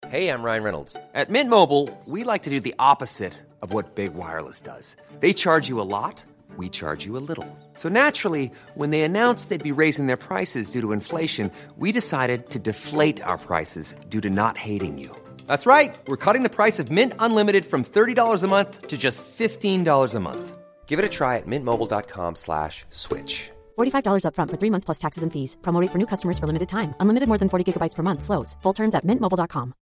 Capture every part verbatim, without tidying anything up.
Hey, I'm Ryan Reynolds. At Mint Mobile, we like to do the opposite of what Big Wireless does. They charge you a lot, we charge you a little. So naturally, when they announced they'd be raising their prices due to inflation, we decided to deflate our prices due to not hating you. That's right. We're cutting the price of Mint Unlimited from thirty dollars a month to just fifteen dollars a month. Give it a try at mintmobile.com slash switch. forty-five dollars up front for three months plus taxes and fees. Promo rate for new customers for limited time. Unlimited more than forty gigabytes per month. Slows full terms at mint mobile dot com.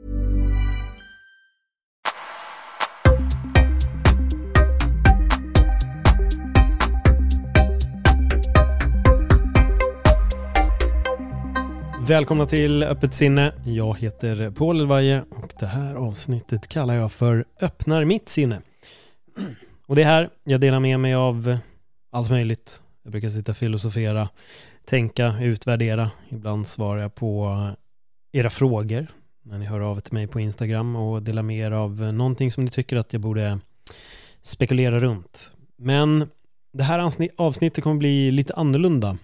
Välkomna till Öppet sinne. Jag heter Paul Elvaje och det här avsnittet kallar jag för Öppnar mitt sinne. Och det är här jag delar med mig av allt möjligt. Jag brukar sitta och filosofera, tänka, utvärdera. Ibland svarar jag på era frågor när ni hör av till mig på Instagram och delar med er av någonting som ni tycker att jag borde spekulera runt. Men det här avsnittet kommer bli lite annorlunda.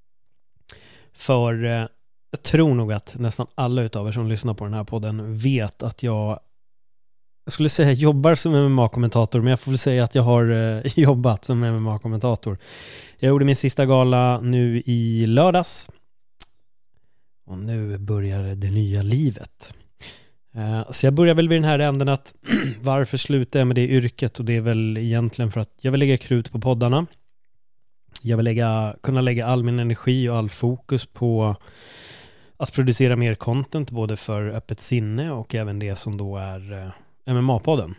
För jag tror nog att nästan alla utav er som lyssnar på den här podden vet att jag jag skulle säga jobbar som M M A-kommentator, men jag får väl säga att jag har eh, jobbat som M M A-kommentator. Jag gjorde min sista gala nu i lördags. Och nu börjar det nya livet. Eh, så jag börjar väl vid den här änden att varför slutar jag med det yrket? Och det är väl egentligen för att jag vill lägga krut på poddarna. Jag vill lägga, kunna lägga all min energi och all fokus på att producera mer content både för Öppet sinne och även det som då är eh, M M A-podden.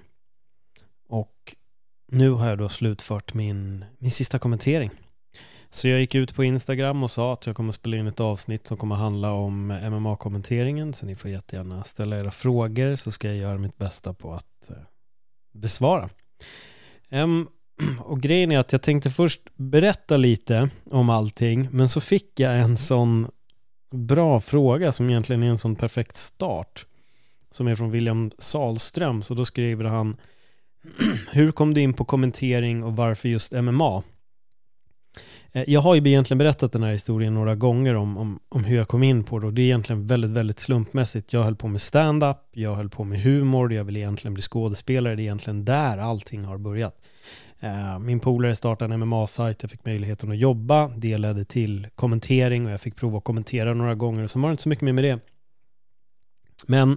Och nu har jag då slutfört min, min sista kommentering. Så jag gick ut på Instagram och sa att jag kommer spela in ett avsnitt som kommer handla om M M A-kommenteringen. Så ni får jättegärna ställa era frågor så ska jag göra mitt bästa på att eh, besvara. Um, och grejen är att jag tänkte först berätta lite om allting, men så fick jag en sån bra fråga som egentligen är en sån perfekt start som är från William Salström. Så då skriver han: hur kom du in på kommentering och varför just M M A? Jag har ju egentligen berättat den här historien några gånger om, om, om hur jag kom in på det, och det är egentligen väldigt, väldigt slumpmässigt. Jag höll på med stand-up, jag höll på med humor, jag ville egentligen bli skådespelare. Det är egentligen där allting har börjat. Min polare startade en M M A-sajt, jag fick möjligheten att jobba, det ledde till kommentering och jag fick prova att kommentera några gånger och så var det inte så mycket mer med det. Men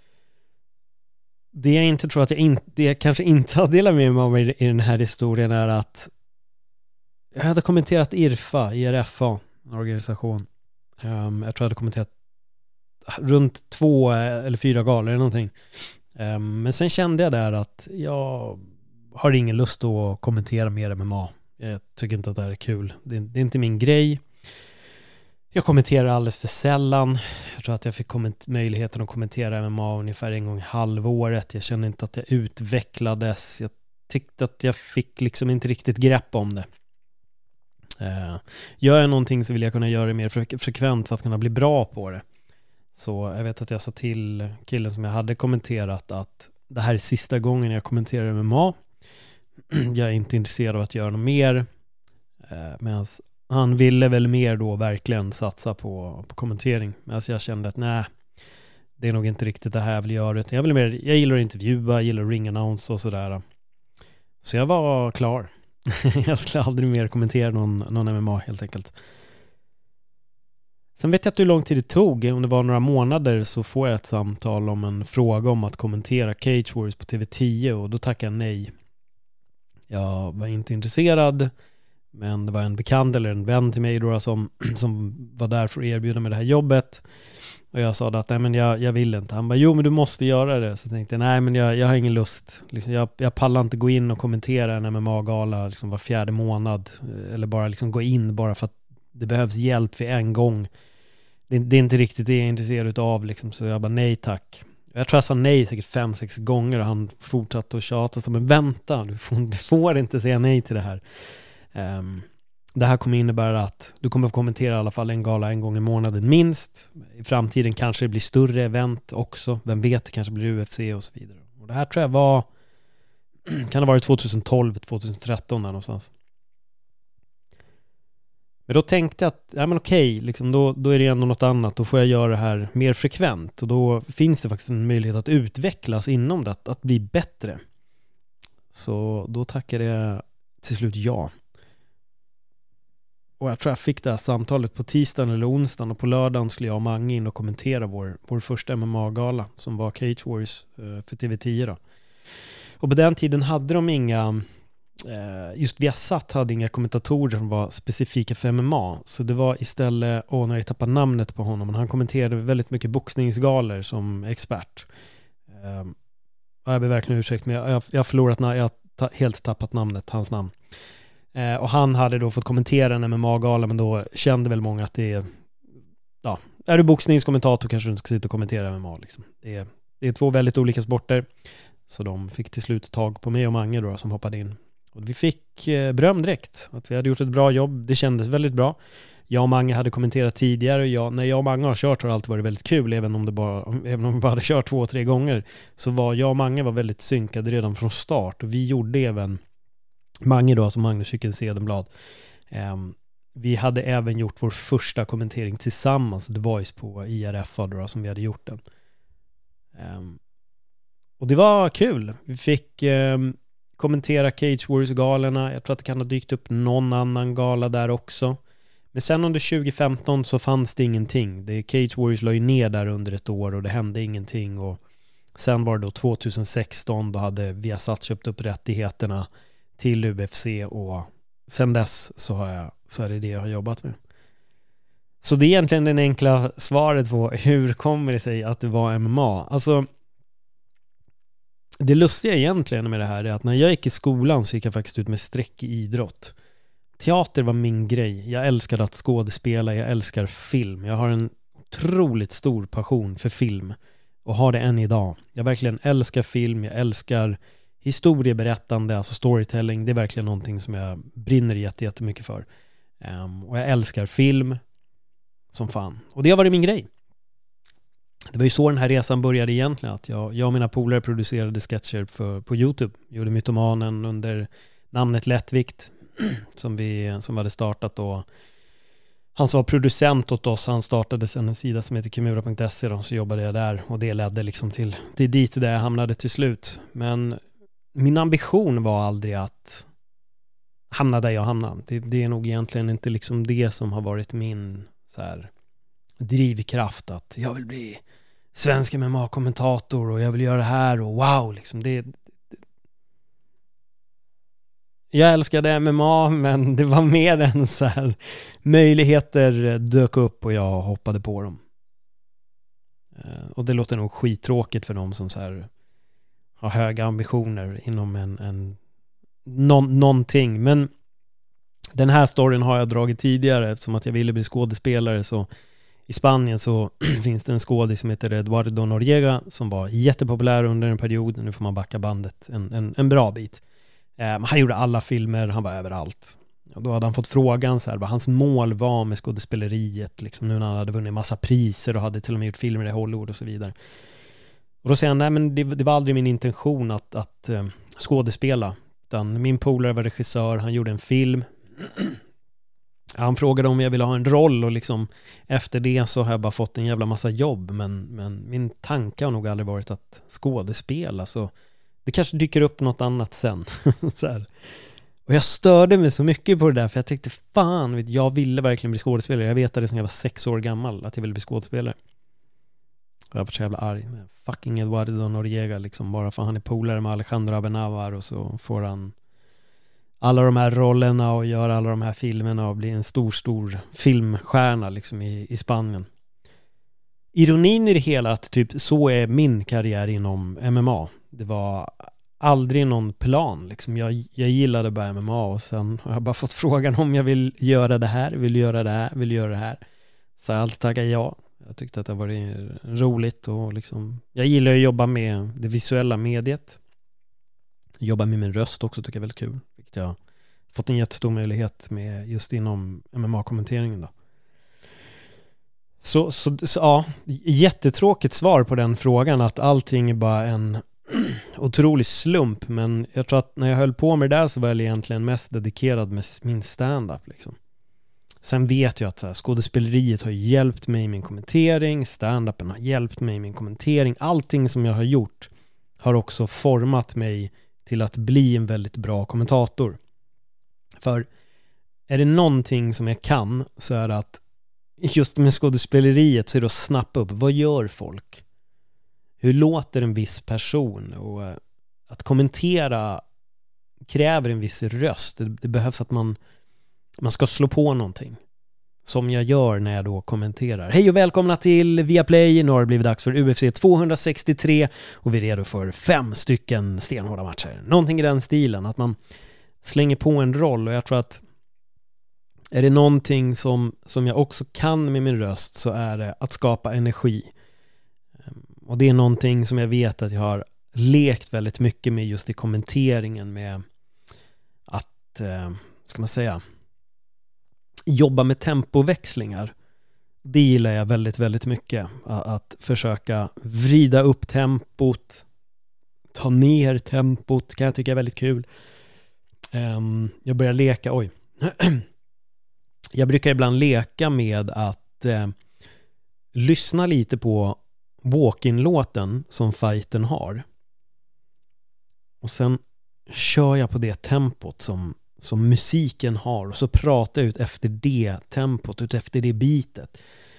det jag inte tror att jag inte, det jag kanske inte har delat med mig av i den här historien är att jag hade kommenterat I R F A, I R F A, en organisation. Um, jag tror jag hade kommenterat runt två eller fyra galor eller någonting. Um, men sen kände jag där att jag har ingen lust att kommentera mer M M A. Jag tycker inte att det här är kul. Det är, det är inte min grej. Jag kommenterar alldeles för sällan. Jag tror att jag fick komment- möjligheten att kommentera M M A ungefär en gång i halvåret. Jag kände inte att jag utvecklades. Jag tyckte att jag fick liksom inte riktigt grepp om det. Uh, gör jag någonting så vill jag kunna göra det mer fre- frekvent för att kunna bli bra på det. Så jag vet att jag sa till killen som jag hade kommenterat att det här är sista gången jag kommenterar M M A. Jag är inte intresserad av att göra något mer. Uh, Medan han ville väl mer då verkligen satsa på, på kommentering. Men jag kände att nej, det är nog inte riktigt det här jag vill göra. Jag, vill mer, jag gillar att intervjua, jag gillar ring announce och sådär. Så jag var klar. Jag skulle aldrig mer kommentera någon, någon M M A helt enkelt. Sen vet jag inte hur lång tid det tog. Om det var några månader så får jag ett samtal om en fråga om att kommentera Cage Warriors på T V tio och då tackade jag nej. Jag var inte intresserad, men det var en bekant eller en vän till mig då som, som var där för att erbjuda mig det här jobbet. Och jag sa att nej, men jag, jag vill inte. Han bara, jo men du måste göra det. Så tänkte jag, nej men jag, jag har ingen lust. Liksom, jag, jag pallar inte gå in och kommentera en M M A-gala liksom var fjärde månad. Eller bara liksom gå in bara för att det behövs hjälp för en gång. Det, det är inte riktigt det jag är intresserad av. Liksom, så jag bara, nej tack. Jag tror jag sa nej säkert fem, sex gånger och han fortsatte att tjata. Så, men vänta, du får, du får inte säga nej till det här. Um, Det här kommer innebära att du kommer att kommentera i alla fall en gala en gång i månaden minst. I framtiden kanske det blir större event också. Vem vet, det kanske blir U F C och så vidare. Och det här tror jag var kan det ha varit tjugohundratolv, tjugotretton där någonstans. Men då tänkte jag att, ja men okej, liksom då, då är det ändå något annat. Då får jag göra det här mer frekvent. Och då finns det faktiskt en möjlighet att utvecklas inom det, att, att bli bättre. Så då tackade jag till slut ja. Och jag tror jag fick det här samtalet på tisdagen eller onsdagen. Och på lördagen skulle jag och Mange in och kommentera vår, vår första M M A-gala som var Cage Warriors för T V tio då. Och på den tiden hade de inga... Just Viasat hade inga kommentatorer som var specifika för M M A. Så det var istället, åh när jag tappar namnet på honom, men han kommenterade väldigt mycket boxningsgaler som expert. Um, jag ber verkligen ursäkt, men jag har förlorat, när jag har helt tappat namnet, hans namn. Uh, och han hade då fått kommentera en M M A-gala, men då kände väl många att det är, ja, är du boxningskommentator kanske du inte ska sitta och kommentera M M A liksom. Det är, det är två väldigt olika sporter. Så de fick till slut tag på mig och Mange då, som hoppade in. Och vi fick eh, beröm direkt att vi hade gjort ett bra jobb. Det kändes väldigt bra. Jag och Mange hade kommenterat tidigare. Och jag, när jag och Mange har kört har det alltid varit väldigt kul. Även om, det bara, även om vi bara hade kört två, tre gånger. Så var jag och Mange var väldigt synkade redan från start. Och vi gjorde även Mange då, som Magnus Kycken Sedenblad. Eh, vi hade även gjort vår första kommentering tillsammans. The Voice på I R F då, som vi hade gjort den. Eh, och det var kul. Vi fick... Eh, kommentera Cage Warriors-galerna. Jag tror att det kan ha dykt upp någon annan gala där också. Men sen under tjugo femton så fanns det ingenting. Det, Cage Warriors la ju ner där under ett år och det hände ingenting. Och sen var det då tjugohundrasexton, då hade Viasat köpt upp rättigheterna till U F C och sen dess så, har jag, så är det det jag har jobbat med. Så det är egentligen den enkla svaret på hur kommer det sig att det var M M A. Alltså det lustiga egentligen med det här är att när jag gick i skolan så gick jag faktiskt ut med streck i idrott. Teater var min grej. Jag älskade att skådespela, jag älskar film. Jag har en otroligt stor passion för film och har det än idag. Jag verkligen älskar film, jag älskar historieberättande, alltså storytelling. Det är verkligen någonting som jag brinner jättemycket för. Um, och jag älskar film som fan. Och det har varit min grej. Det var ju så den här resan började egentligen, att jag, jag och mina polare producerade sketcher för, på YouTube. Jag gjorde Mytomanen under namnet Lättvikt som vi som hade startat då. Han som var producent åt oss, han startade sen en sida som heter kimura punkt se då, så jobbade jag där och det ledde liksom till, till dit där jag hamnade till slut. Men min ambition var aldrig att hamna där jag hamnade. Det, det är nog egentligen inte liksom det som har varit min så här drivkraft, att jag vill bli svensk M M A-kommentator och jag vill göra det här och wow liksom det, det. Jag älskade M M A, men det var mer än så här möjligheter dök upp och jag hoppade på dem. Och det låter nog skittråkigt för dem som så här har höga ambitioner inom en, en någon, någonting, men den här storyn har jag dragit tidigare eftersom att jag ville bli skådespelare. Så i Spanien så finns det en skådis som heter Eduardo Noriega som var jättepopulär under en period. Nu får man backa bandet en, en, en bra bit. Eh, han gjorde alla filmer, han var överallt. Och då hade han fått frågan så här, vad hans mål var med skådespeleriet. Liksom, nu när han hade vunnit massa priser och hade till och med gjort filmer i Hollywood och så vidare. Och då säger han, nej men det, det var aldrig min intention att, att eh, skådespela. Utan min polare var regissör, han gjorde en film. Han frågade om jag ville ha en roll och liksom efter det så har jag bara fått en jävla massa jobb, men, men min tanke har nog aldrig varit att skådespela, så det kanske dyker upp något annat sen. Så här. Och jag störde mig så mycket på det där, för jag tänkte fan, vet, jag ville verkligen bli skådespelare. Jag vet att det som jag var sex år gammal att jag ville bli skådespelare. Och jag var så jävla arg. Fucking Eduardo Noriega liksom, bara för han är polare med Alejandro Amenábar och så får han alla de här rollerna och gör alla de här filmerna och blir en stor, stor filmstjärna liksom i, i Spanien. Ironin i det hela att typ så är min karriär inom M M A. Det var aldrig någon plan liksom. Jag, jag gillade bara M M A och sen har jag bara fått frågan om jag vill göra det här, vill göra det här, vill göra det här. Så jag alltid taggat ja. Jag tyckte att det var roligt och liksom, jag gillar att jobba med det visuella mediet. Jobba med min röst också tycker jag är väldigt kul. Vilket jag har fått en jättestor möjlighet med just inom M M A-kommenteringen då. Så, så, så ja, jättetråkigt svar på den frågan, att allting är bara en otrolig slump, men jag tror att när jag höll på med det där så var jag egentligen mest dedikerad med min stand-up liksom. Sen vet jag att så här, skådespeleriet har hjälpt mig i min kommentering, stand-upen har hjälpt mig i min kommentering. Allting som jag har gjort har också format mig till att bli en väldigt bra kommentator. För är det någonting som jag kan så är det att just med skådespeleriet så är det att snappa upp. Vad gör folk? Hur låter en viss person? Och att kommentera kräver en viss röst. Det, det behövs att man, man ska slå på någonting. Som jag gör när jag då kommenterar. Hej och välkomna till Viaplay. Nu har det blivit dags för U F C tvåhundrasextiotre och vi är redo för fem stycken stenhårda matcher. Någonting i den stilen. Att man slänger på en roll, och jag tror att är det någonting som, som jag också kan med min röst så är det att skapa energi. Och det är någonting som jag vet att jag har lekt väldigt mycket med just i kommenteringen, med att, eh, ska man säga, jobba med tempoväxlingar. Det gillar jag väldigt, väldigt mycket. Att, att försöka vrida upp tempot, ta ner tempot kan jag tycka är väldigt kul. Um, jag börjar leka, oj. Jag brukar ibland leka med att eh, lyssna lite på walk-in-låten som fighten har. Och sen kör jag på det tempot som, som musiken har. Och så pratar jag ut efter det tempot, ut efter det bitet.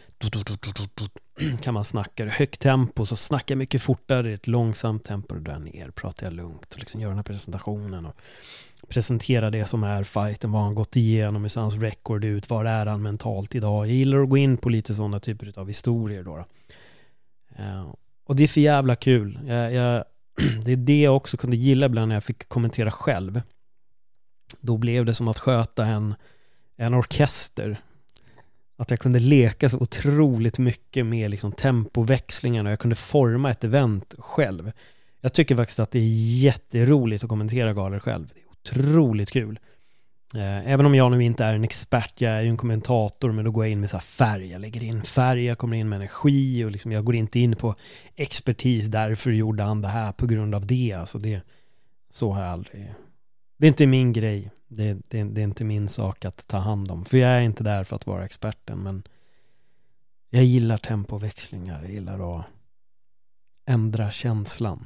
Kan man snacka högt tempo så snackar jag mycket fortare i ett långsamt tempo, och där ner pratar jag lugnt och liksom gör den här presentationen och presentera det som är fighten, vad han gått igenom, hur ser hans record ut, var är han mentalt idag. Jag gillar att gå in på lite sådana typer av historier då. Uh, och det är för jävla kul. Jag, jag, det är det jag också kunde gilla ibland när jag fick kommentera själv. Då blev det som att sköta en, en orkester. Att jag kunde leka så otroligt mycket med liksom tempoväxlingarna, och jag kunde forma ett event själv. Jag tycker faktiskt att det är jätteroligt att kommentera galor själv. Det är otroligt kul. Även om jag nu inte är en expert, jag är ju en kommentator, men då går jag in med så här färg. Jag lägger in färg, jag kommer in med energi, och liksom jag går inte in på expertis, därför gjorde han det här på grund av det. Alltså det, så har jag aldrig... Det är inte min grej. Det, det, det är inte min sak att ta hand om. För jag är inte där för att vara experten, men jag gillar tempoväxlingar. Jag gillar att ändra känslan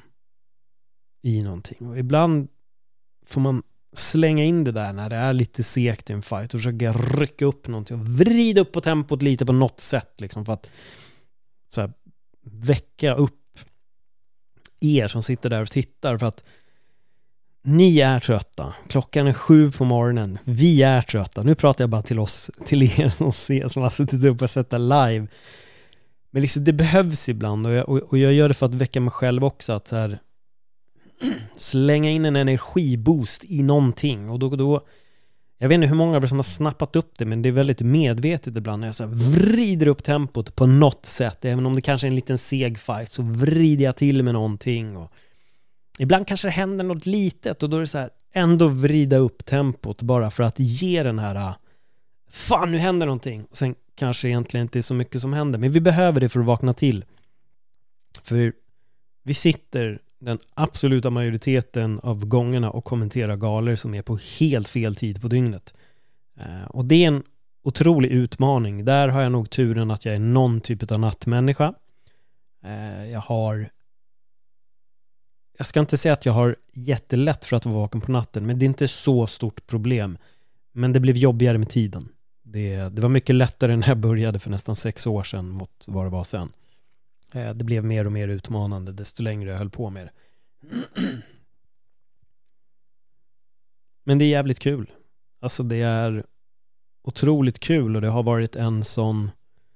i någonting. Och ibland får man slänga in det där när det är lite segt i en fight och försöka rycka upp någonting och vrida upp på tempot lite på något sätt liksom, för att så här, väcka upp er som sitter där och tittar, för att ni är trötta. Klockan är sju på morgonen. Vi är trötta. Nu pratar jag bara till oss, till er som ser, som har suttit upp och sett det live. Men liksom det behövs ibland, och jag, och, och jag gör det för att väcka mig själv också, att så här, slänga in en energiboost i någonting. Och då, då jag vet inte hur många av er som har snappat upp det, men det är väldigt medvetet ibland när jag så här vrider upp tempot på något sätt. Även om det kanske är en liten seg fight, så vrider jag till med någonting. Och ibland kanske det händer något litet, och då är det så här, ändå vrida upp tempot bara för att ge den här, fan nu händer någonting. Och sen kanske egentligen inte är så mycket som händer, men vi behöver det för att vakna till. För vi sitter den absoluta majoriteten av gångerna och kommenterar galor som är på helt fel tid på dygnet. Och det är en otrolig utmaning. Där har jag nog turen att jag är någon typ av nattmänniska. Jag har Jag ska inte säga att jag har jättelätt för att vara vaken på natten, men det är inte så stort problem. Men det blev jobbigare med tiden. Det, det var mycket lättare när jag började för nästan sex år sedan mot vad det var sen. Det blev mer och mer utmanande desto längre jag höll på med det. Men det är jävligt kul. Alltså det är otroligt kul, och det har varit en sån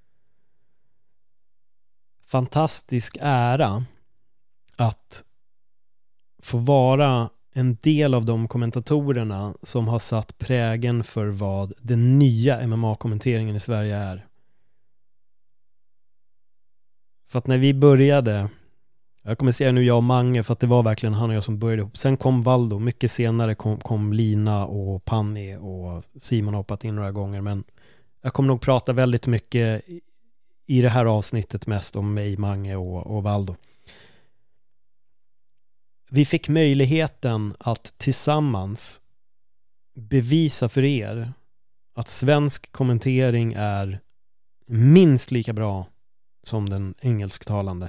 fantastisk ära att få vara en del av de kommentatorerna som har satt prägen för vad den nya M M A-kommenteringen i Sverige är. För att när vi började, jag kommer säga nu jag och Mange, för att det var verkligen han och jag som började ihop. Sen kom Valdo, mycket senare kom, kom Lina och Panni, och Simon har hoppat in några gånger, men jag kommer nog prata väldigt mycket i det här avsnittet mest om mig, Mange och, och Valdo. Vi fick möjligheten att tillsammans bevisa för er att svensk kommentering är minst lika bra som den engelsktalande.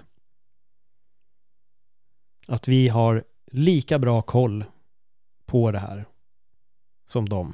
Att vi har lika bra koll på det här som dem.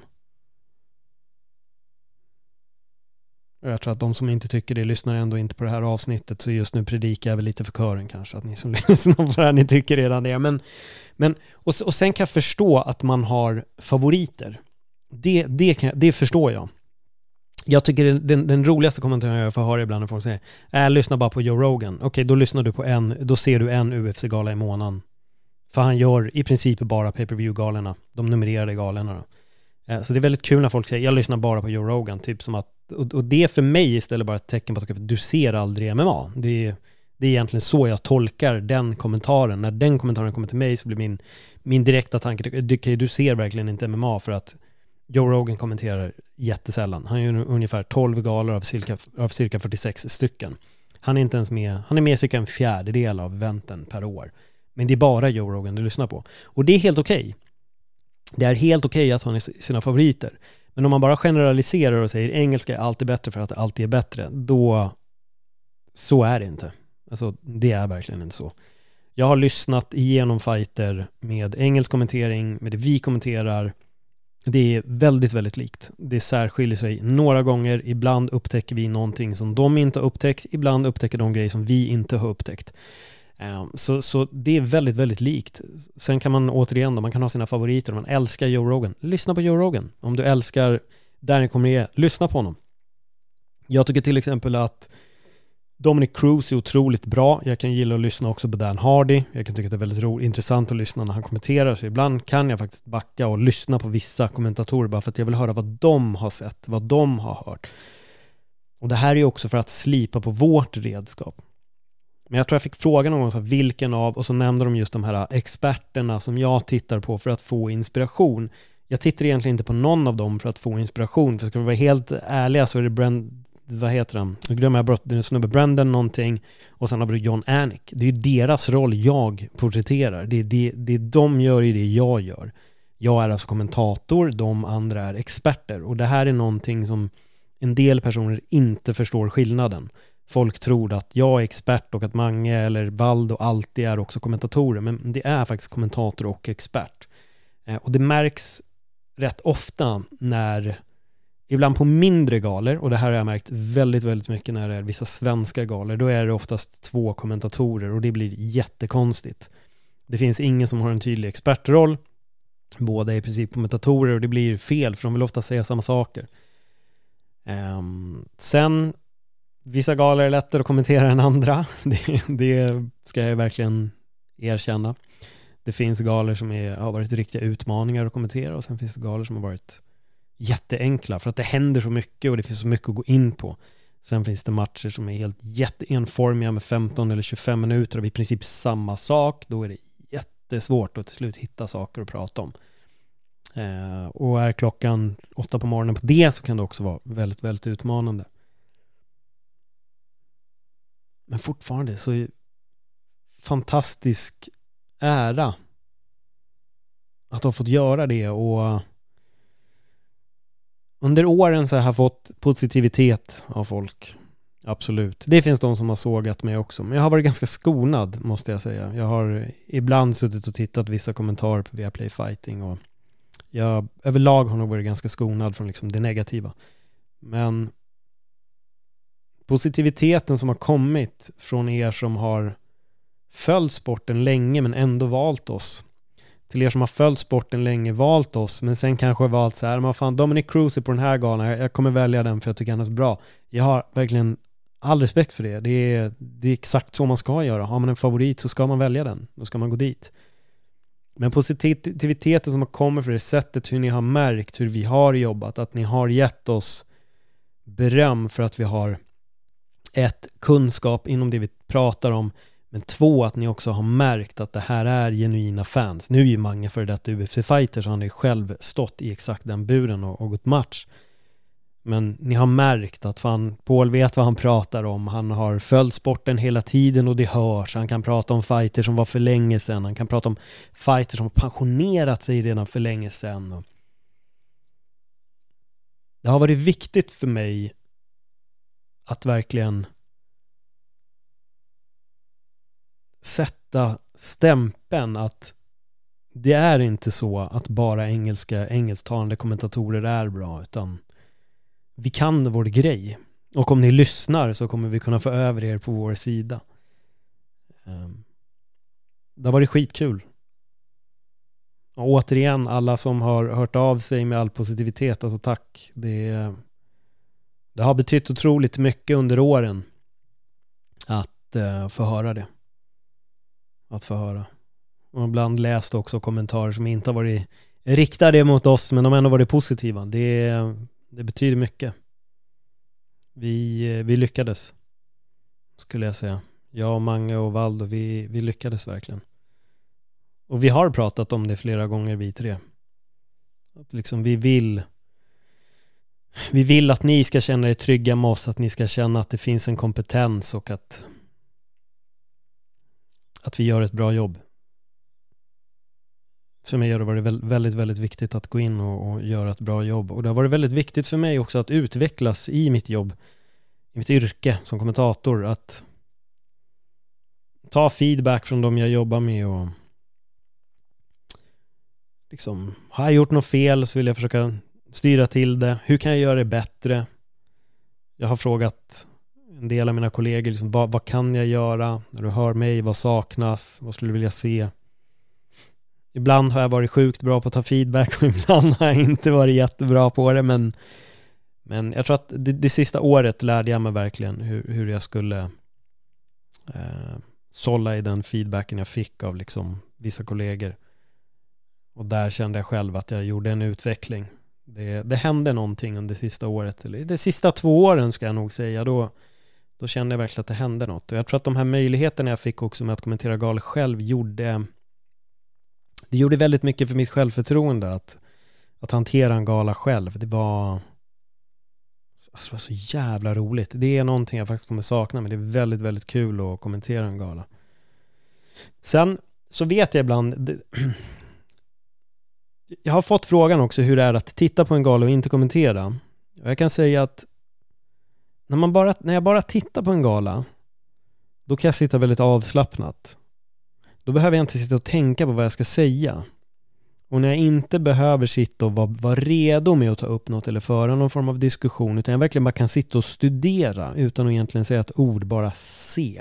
Jag tror att de som inte tycker det lyssnar ändå inte på det här avsnittet, så just nu predikar jag väl lite för kören kanske, att ni som lyssnar på det här, ni tycker redan det. Men, men, och, och sen kan jag förstå att man har favoriter. Det, det, kan, det förstår jag. Jag tycker den, den, den roligaste kommentaren jag får höra ibland när folk säger äh, lyssna bara på Joe Rogan. Okej, okay, då lyssnar du på en, då ser du en U F C-gala i månaden. För han gör i princip bara pay-per-view-galorna, de numrerade galorna då. Så det är väldigt kul när folk säger jag lyssnar bara på Joe Rogan, typ som att, och, och det är för mig istället bara ett tecken på att du ser aldrig M M A. Det är, det är egentligen så jag tolkar den kommentaren. När den kommentaren kommer till mig så blir min, min direkta tanke, du, du ser verkligen inte M M A, för att Joe Rogan kommenterar jättesällan. Han gör ungefär tolv galor av cirka, av cirka fyrtiosex stycken. Han är inte ens med, han är med cirka en fjärdedel av eventen per år. Men det är bara Joe Rogan du lyssnar på. Och det är helt okej. Okay. Det är helt okej okay att ha sina favoriter. Men om man bara generaliserar och säger engelska är alltid bättre för att det alltid är bättre, då så är det inte. Alltså det är verkligen inte så. Jag har lyssnat igenom fighter med engelsk kommentering, med det vi kommenterar. Det är väldigt, väldigt likt. Det särskiljer sig några gånger. Ibland upptäcker vi någonting som de inte har upptäckt. Ibland upptäcker de grejer som vi inte har upptäckt. Så, så det är väldigt, väldigt likt. Sen kan man återigen då, man kan ha sina favoriter. Om man älskar Joe Rogan, lyssna på Joe Rogan. Om du älskar Daniel Cormier, lyssna på honom. Jag tycker till exempel att Dominic Cruz är otroligt bra. Jag kan gilla att lyssna också på Dan Hardy. Jag kan tycka att det är väldigt ro, intressant att lyssna när han kommenterar. Så ibland kan jag faktiskt backa och lyssna på vissa kommentatorer bara för att jag vill höra vad de har sett, vad de har hört. Och det här är också för att slipa på vårt redskap. Men jag tror jag fick frågan någon gång så här, vilken av, och så nämnde de just de här experterna som jag tittar på för att få inspiration. Jag tittar egentligen inte på någon av dem för att få inspiration. För ska vi vara helt ärliga så är det Brand, vad heter han? Jag glömmer jag brott, det är snubbe Brandon någonting, och sen har vi John Anik. Det är ju deras roll jag porträtterar. Det är det, det de gör i det jag gör. Jag är alltså kommentator, de andra är experter. Och det här är någonting som en del personer inte förstår skillnaden. Folk tror att jag är expert och att Mange eller Valdo alltid är också kommentatorer. Men det är faktiskt kommentator och expert. Och det märks rätt ofta när, ibland på mindre galor, och det här har jag märkt väldigt, väldigt mycket när det är vissa svenska galor, då är det oftast två kommentatorer och det blir jättekonstigt. Det finns ingen som har en tydlig expertroll. Båda är i princip kommentatorer och det blir fel för de vill ofta säga samma saker. Um, sen vissa galor är lättare att kommentera än andra. Det, det ska jag verkligen erkänna. Det finns galor som är, har varit riktiga utmaningar att kommentera, och sen finns det galor som har varit jätteenkla för att det händer så mycket och det finns så mycket att gå in på. Sen finns det matcher som är helt jätteenformiga med femton eller tjugofem minuter och i princip samma sak. Då är det jättesvårt att till slut hitta saker att prata om. Eh, och är klockan åtta på morgonen på det, så kan det också vara väldigt, väldigt utmanande. Men fortfarande så är fantastisk ära att ha fått göra det, och under åren så har jag fått positivitet av folk. Absolut. Det finns de som har sågat mig också, men jag har varit ganska skonad, måste jag säga. Jag har ibland suttit och tittat vissa kommentarer på Viaplay Fighting, och jag överlag har nog varit ganska skonad från liksom det negativa. Men positiviteten som har kommit från er som har följt sporten länge men ändå valt oss, till er som har följt sporten länge, valt oss, men sen kanske har valt så här, men fan, Dominic Cruz är på den här galan, jag, jag kommer välja den för jag tycker han är så bra. Jag har verkligen all respekt för det. Det är, det är exakt så man ska göra. Har man en favorit så ska man välja den. Då ska man gå dit. Men positiviteten som har kommit för det sättet, hur ni har märkt hur vi har jobbat, att ni har gett oss beröm för att vi har ett, kunskap inom det vi pratar om, men två, att ni också har märkt att det här är genuina fans. Nu är ju Mange för detta U F C-fighter, så han har ju själv stått i exakt den buren och, och gått match. Men ni har märkt att fan, Paul vet vad han pratar om. Han har följt sporten hela tiden och det hörs. Han kan prata om fighter som var för länge sedan. Han kan prata om fighter som har pensionerat sig redan för länge sedan. det har varit viktigt för mig att verkligen sätta stämpeln att det är inte så att bara engelska engelsktalande kommentatorer är bra, utan vi kan vår grej. Och om ni lyssnar så kommer vi kunna få över er på vår sida. Det har varit skitkul. Och återigen, alla som har hört av sig med all positivitet, alltså tack. Det, det har betytt otroligt mycket under åren att uh, få höra det. Att få höra. Och ibland läst också kommentarer som inte har varit riktade mot oss, men de har ändå varit positiva. Det, det betyder mycket. Vi, vi lyckades, skulle jag säga. Jag, Mange och Valdo, vi, vi lyckades verkligen. Och vi har pratat om det flera gånger, vi tre. Att liksom vi vill vi vill att ni ska känna er trygga med oss, att ni ska känna att det finns en kompetens och att att vi gör ett bra jobb. För mig har det varit väldigt, väldigt viktigt att gå in och, och göra ett bra jobb. Och det har varit väldigt viktigt för mig också att utvecklas i mitt jobb, i mitt yrke som kommentator, att ta feedback från dem jag jobbar med och liksom, har jag gjort något fel så vill jag försöka styra till det. Hur kan jag göra det bättre? Jag har frågat en del av mina kollegor liksom, vad, vad kan jag göra när du hör mig? Vad saknas? Vad skulle du vilja se? Ibland har jag varit sjukt bra på att ta feedback och ibland har jag inte varit jättebra på det, men, men jag tror att det, det sista året lärde jag mig verkligen hur, hur jag skulle eh, sålla i den feedbacken jag fick av liksom vissa kollegor. Och där kände jag själv att jag gjorde en utveckling. Det, det hände någonting under det sista året, eller de sista två åren ska jag nog säga. Då, då kände jag verkligen att det hände något. Och jag tror att de här möjligheterna jag fick också med att kommentera galet själv gjorde, det gjorde väldigt mycket för mitt självförtroende att, att hantera en gala själv. Det var, alltså det var så jävla roligt. Det är någonting jag faktiskt kommer sakna, men det är väldigt, väldigt kul att kommentera en gala. Sen så vet jag ibland... Jag har fått frågan också hur det är att titta på en gala och inte kommentera. Och jag kan säga att när, man bara, när jag bara tittar på en gala, då kan jag sitta väldigt avslappnat. Då behöver jag inte sitta och tänka på vad jag ska säga. Och när jag inte behöver sitta och vara, vara redo med att ta upp något eller föra någon form av diskussion, utan jag verkligen bara kan sitta och studera utan att egentligen säga ett ord, bara se.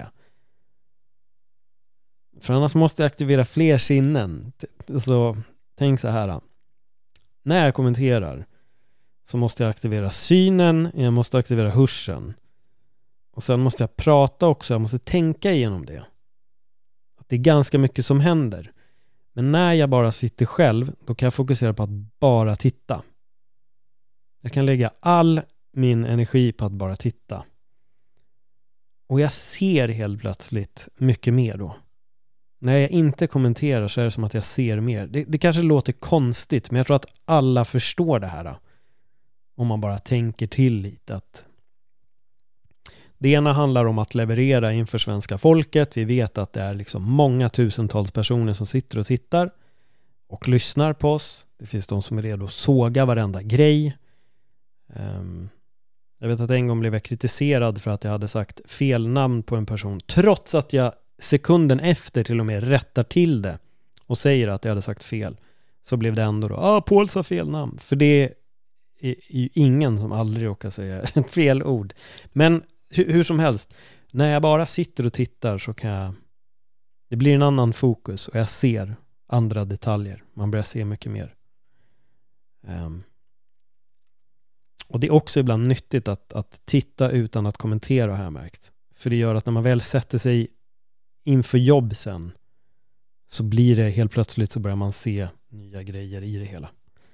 För annars måste jag aktivera fler sinnen. Så tänk så här. När jag kommenterar så måste jag aktivera synen, jag måste aktivera hörseln. Och sen måste jag prata också, jag måste tänka igenom det. Att det är ganska mycket som händer. Men när jag bara sitter själv, då kan jag fokusera på att bara titta. Jag kan lägga all min energi på att bara titta. Och jag ser helt plötsligt mycket mer då. När jag inte kommenterar så är det som att jag ser mer. Det, det kanske låter konstigt, men jag tror att alla förstår det här. Om man bara tänker till lite. Att det ena handlar om att leverera inför svenska folket. Vi vet att det är liksom många tusentals personer som sitter och tittar och lyssnar på oss. Det finns de som är redo att såga varenda grej. Um, jag vet att en gång blev jag kritiserad för att jag hade sagt fel namn på en person, trots att jag sekunden efter till och med rättar till det och säger att jag hade sagt fel. Så blev det ändå då, ah, Paul sa fel namn. För det är ju ingen som aldrig råkar säga ett fel ord. Men hur, hur som helst, när jag bara sitter och tittar så kan jag, det blir en annan fokus och jag ser andra detaljer. Man börjar se mycket mer. Um, och det är också ibland nyttigt att, att titta utan att kommentera, har jag märkt. För det gör att när man väl sätter sig inför jobb sen, så blir det helt plötsligt, så börjar man se nya grejer i det hela.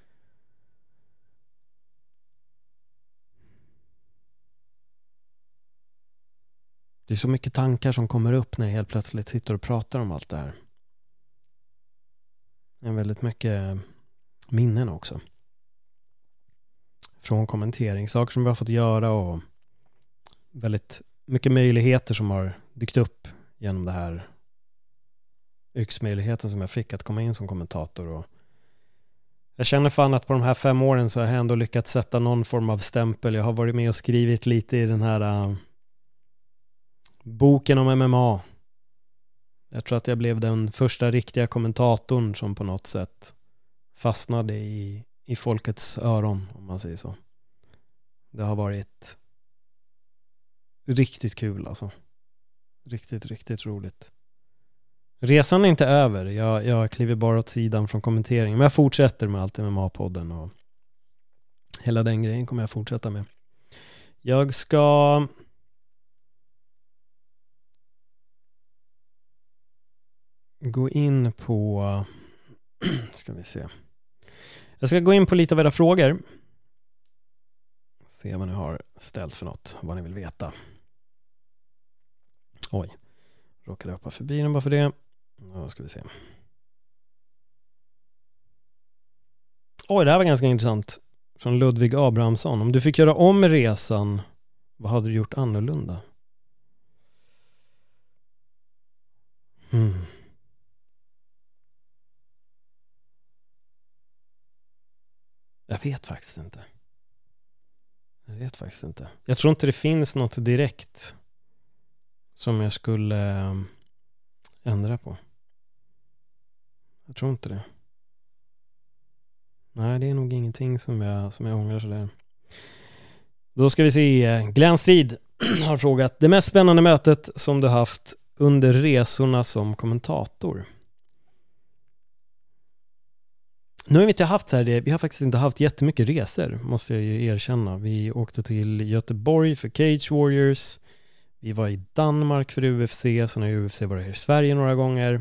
Det är så mycket tankar som kommer upp när jag helt plötsligt sitter och pratar om allt det här. Det är väldigt mycket minnen också. Från kommentering. Saker som vi har fått göra och väldigt mycket möjligheter som har dykt upp genom det här yrkesmöjligheten som jag fick att komma in som kommentator och Jag känner fan att på de här fem åren så har jag ändå lyckats sätta någon form av stämpel. Jag har varit med och skrivit lite i den här uh, boken om M M A. Jag tror att jag blev den första riktiga kommentatorn som på något sätt fastnade i, i folkets öron, om man säger så. Det har varit riktigt kul alltså. Riktigt, riktigt roligt. Resan är inte över. Jag, jag kliver bara åt sidan från kommenteringen. Men jag fortsätter med allt M M A-podden och hela den grejen kommer jag fortsätta med. Jag ska gå in på ska vi se. Jag ska gå in på lite av era frågor. Se vad ni har ställt för något. Vad ni vill veta. Oj. Råkade hoppa förbi den bara för det. Då ska vi se. Oj, det här var ganska intressant. Från Ludvig Abrahamsson. Om du fick göra om resan, vad hade du gjort annorlunda? Hmm. Jag vet faktiskt inte. Jag vet faktiskt inte. Jag tror inte det finns något direkt som jag skulle ändra på. Jag tror inte det. Nej, det är nog ingenting som jag, som jag ångrar sådär. Då ska vi se. Glenn Strid har frågat: det mest spännande mötet som du haft under resorna som kommentator? Nu har vi inte haft så här, vi har faktiskt inte haft jättemycket resor, måste jag ju erkänna. Vi åkte till Göteborg för Cage Warriors. Vi var i Danmark för U F C. Sen har U F C varit här i Sverige några gånger.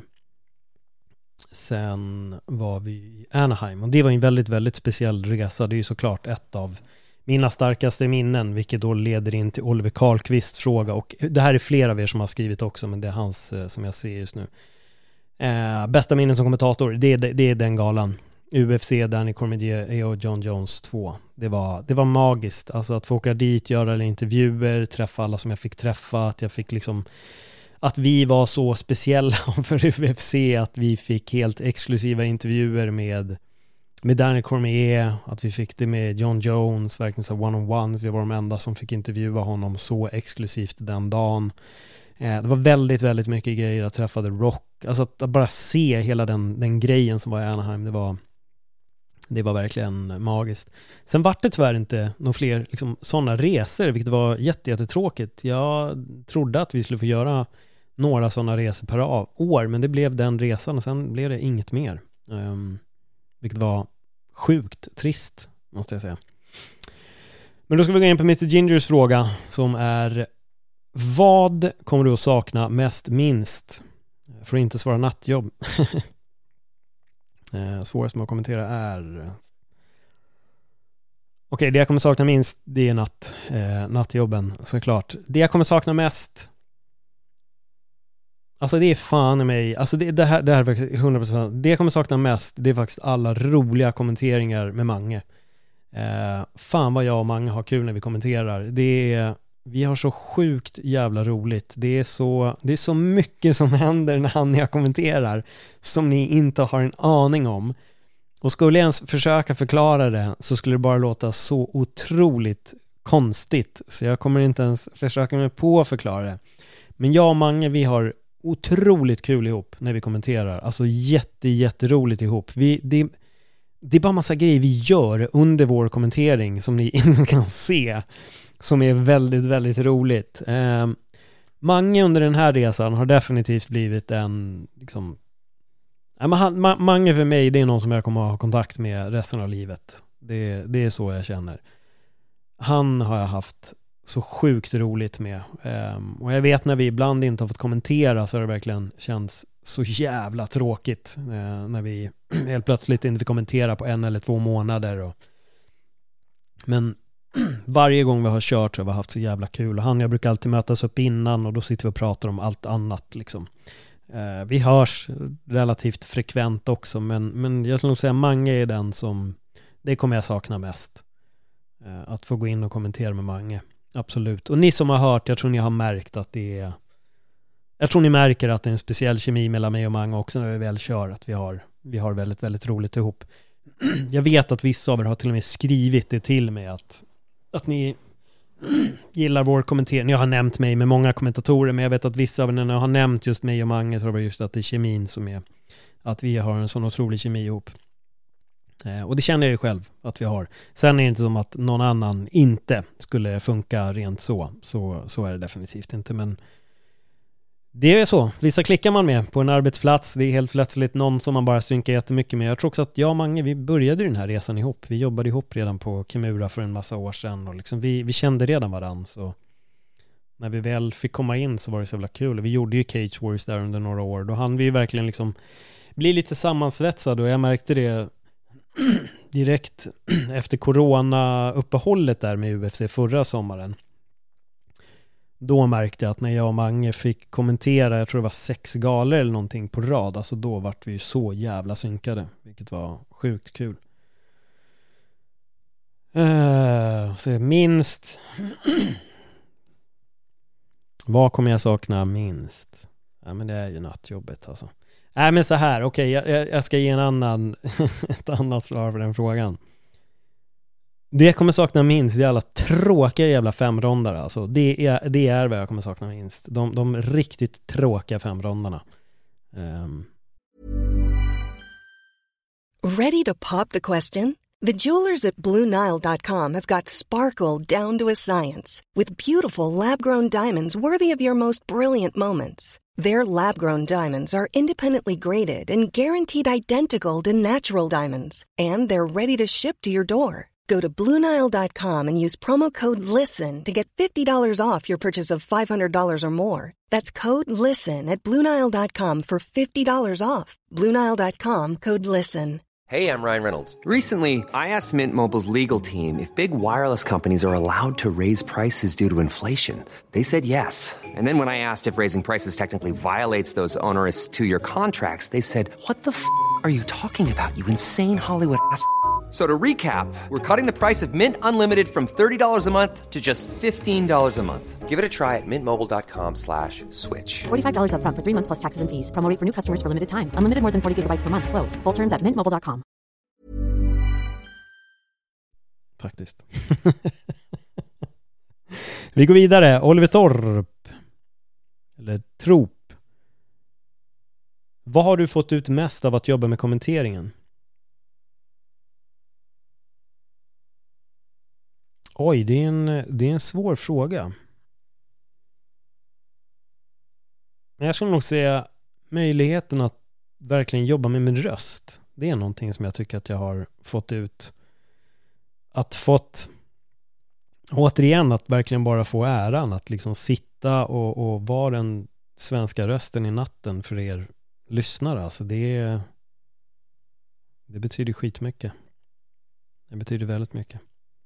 Sen var vi i Anaheim. Och det var en väldigt, väldigt speciell resa. Det är ju såklart ett av mina starkaste minnen. Vilket då leder in till Oliver Karlqvists fråga. Och det här är flera av er som har skrivit också. Men det är hans som jag ser just nu. Eh, bästa minnen som kommentator. Det är, det är den galan. U F C, Danny Cormier och John Jones två. Det var, det var magiskt. Alltså att få åka dit, göra intervjuer, träffa alla som jag fick träffa. Att jag fick liksom, att vi var så speciella för U F C. Att vi fick helt exklusiva intervjuer med, med Danny Cormier. Att vi fick det med John Jones, verkligen så one-on-one. Vi var de enda som fick intervjua honom så exklusivt den dagen. Det var väldigt, väldigt mycket grejer. Jag träffade Rock. Alltså att bara se hela den, den grejen som var i Anaheim, det var Det var verkligen magiskt. Sen var det tyvärr inte några fler liksom, sådana resor, vilket var jätte, jättetråkigt. Jag trodde att vi skulle få göra några sådana resor per år, men det blev den resan och sen blev det inget mer. Um, vilket var sjukt trist, måste jag säga. Men då ska vi gå in på mister Gingers fråga, som är: vad kommer du att sakna mest minst? För att inte svara nattjobb. Eh, svårast med att kommentera är okej, okay, det jag kommer sakna minst, det är natt, eh, nattjobben, såklart. Det jag kommer sakna mest, alltså det är fan i mig, alltså det, det här, det här är faktiskt hundra procent, det jag kommer sakna mest, det är faktiskt alla roliga kommenteringar med Mange. eh, fan vad jag och Mange har kul när vi kommenterar. Det är, vi har så sjukt jävla roligt. Det är så, det är så mycket som händer när han och jag kommenterar som ni inte har en aning om. Och skulle jag ens försöka förklara det så skulle det bara låta så otroligt konstigt. Så jag kommer inte ens försöka mig på att förklara det. Men jag och Mange, vi har otroligt kul ihop när vi kommenterar. Alltså jätte, jätteroligt ihop. Vi, det, det är bara massa grejer vi gör under vår kommentering som ni inte kan se, som är väldigt, väldigt roligt. Eh, Mange under den här resan har definitivt blivit en liksom, ja, men han, ma, Mange för mig, det är någon som jag kommer att ha kontakt med resten av livet. Det, det är så jag känner. Han har jag haft så sjukt roligt med. Eh, och jag vet när vi ibland inte har fått kommentera så har det verkligen känts så jävla tråkigt eh, när vi helt plötsligt inte fick kommentera på en eller två månader. Och, men varje gång vi har kört så har vi haft så jävla kul. Och han och jag brukar alltid mötas upp innan och då sitter vi och pratar om allt annat liksom. Eh, vi hörs relativt frekvent också, men, men jag skulle nog säga Mange är den som, det kommer jag sakna mest. Eh, att få gå in och kommentera med Mange. Absolut. Och ni som har hört, jag tror ni har märkt att det är, jag tror ni märker att det är en speciell kemi mellan mig och Mange också när vi väl kör, att vi har, vi har väldigt, väldigt roligt ihop. jag vet att vissa av er har till och med skrivit det till mig att, att ni gillar vår kommentering. Jag har nämnt mig med många kommentatorer, men jag vet att vissa av er har nämnt just mig och Mange, tror jag just att det är kemin som är, att vi har en sån otrolig kemi ihop. Eh, och det känner jag ju själv att vi har. Sen är det inte som att någon annan inte skulle funka rent så. Så, så är det definitivt inte, men det är så. Vissa klickar man med på en arbetsplats. Det är helt plötsligt någon som man bara synkar jättemycket med. Jag tror också att jag och Mange, vi började den här resan ihop. Vi jobbade ihop redan på Kimura för en massa år sedan. Och liksom vi, vi kände redan varann. Så när vi väl fick komma in så var det så jävla kul. Vi gjorde ju Cage Wars där under några år. Då hann vi verkligen liksom bli lite sammansvetsade. Och jag märkte det direkt efter corona-uppehållet där med U F C förra sommaren. Då märkte jag att när jag och Mange fick kommentera, jag tror det var sex galor eller någonting på rad, alltså då vart vi ju så jävla synkade, vilket var sjukt kul. Uh, så minst vad kommer jag sakna minst? Ja, men det är ju nattjobbet alltså. Nej, äh, men så här, okej, okay, jag, jag ska ge en annan ett annat svar på den frågan. Det jag kommer sakna minst, det är alla tråkiga jävla femrondare. Alltså. Det, är, det är vad jag kommer sakna minst. De, de riktigt tråkiga femrondarna. Um. Ready to pop the question? The jewelers at Blue Nile dot com have got sparkle down to a science with beautiful lab-grown diamonds worthy of your most brilliant moments. Their lab-grown diamonds are independently graded and guaranteed identical to natural diamonds. And they're ready to ship to your door. Go to Blue Nile dot com and use promo code LISTEN to get fifty dollars off your purchase of five hundred dollars or more. That's code LISTEN at Blue Nile dot com for fifty dollars off. Blue Nile dot com, code LISTEN. Hey, I'm Ryan Reynolds. Recently, I asked Mint Mobile's legal team if big wireless companies are allowed to raise prices due to inflation. They said yes. And then when I asked if raising prices technically violates those onerous two-year contracts, they said, what the f*** are you talking about, you insane Hollywood ass f- So to recap, we're cutting the price of Mint Unlimited from thirty dollars a month to just fifteen dollars a month. Give it a try at mintmobile.com slash switch. forty-five dollars up front for three months plus taxes and fees. Promo rate for new customers for limited time. Unlimited more than forty gigabytes per month. Slows full terms at mint mobile dot com. Faktiskt. Vi går vidare. Oliver Torp. Eller Trop. Vad har du fått ut mest av att jobba med kommenteringen? Oj, det är en, det är en svår fråga. Men jag skulle nog säga möjligheten att verkligen jobba med min röst. Det är någonting som jag tycker att jag har fått ut. Att fått återigen att verkligen bara få äran att liksom sitta och, och vara den svenska rösten i natten för er lyssnare. Alltså det, det betyder skitmycket. Det betyder väldigt mycket.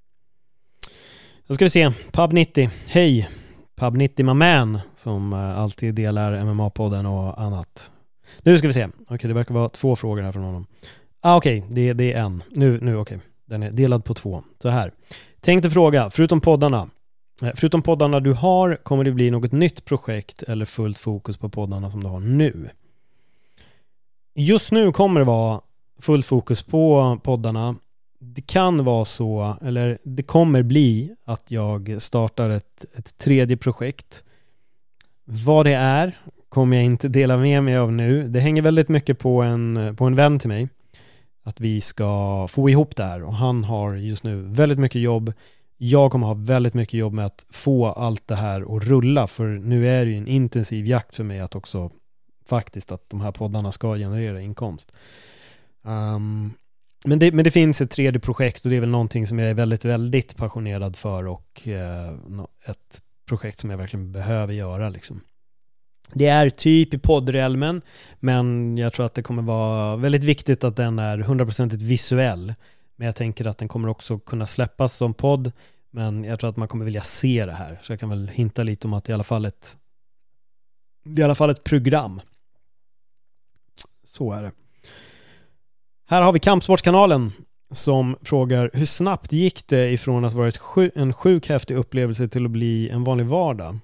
Då ska vi se. Pub nittio. Hej. Pub nittio Maman som alltid delar M M A-podden och annat. Nu ska vi se. Okej, okay, det verkar vara två frågor här från honom. Ah, okej. Okay. Det, det är en. Nu, nu okej. Okay. Den är delad på två. Så här. Tänkte fråga, förutom poddarna. Förutom poddarna du har, kommer det bli något nytt projekt eller fullt fokus på poddarna som du har nu? Just nu kommer det vara fullt fokus på poddarna. Det kan vara så, eller det kommer bli att jag startar ett, ett tredje projekt. Vad det är kommer jag inte dela med mig av nu. Det hänger väldigt mycket på en, på en vän till mig. Att vi ska få ihop det här. Och han har just nu väldigt mycket jobb. Jag kommer ha väldigt mycket jobb med att få allt det här att rulla. För nu är det ju en intensiv jakt för mig att också faktiskt att de här poddarna ska generera inkomst. Um, men, det, men det finns ett tredje projekt och det är väl någonting som jag är väldigt, väldigt passionerad för och eh, ett projekt som jag verkligen behöver göra liksom. Det är typ i poddrealmen, men jag tror att det kommer vara väldigt viktigt att den är hundra procent visuell. Men jag tänker att den kommer också kunna släppas som podd, men jag tror att man kommer vilja se det här. Så jag kan väl hinta lite om att det är i alla fall ett, det är i alla fall ett program. Så är det. Här har vi Kampsportskanalen som frågar hur snabbt gick det ifrån att vara ett sjuk, en sjuk häftig upplevelse till att bli en vanlig vardag?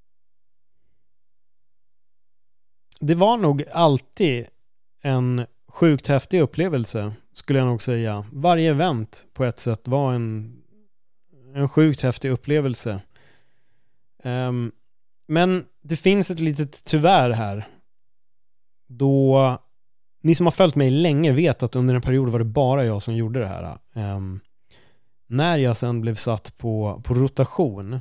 Det var nog alltid en sjukt häftig upplevelse skulle jag nog säga. Varje event på ett sätt var en, en sjukt häftig upplevelse. Um, men det finns ett litet tyvärr här. Då ni som har följt mig länge vet att under en period var det bara jag som gjorde det här. Um, när jag sen blev satt på, på rotation,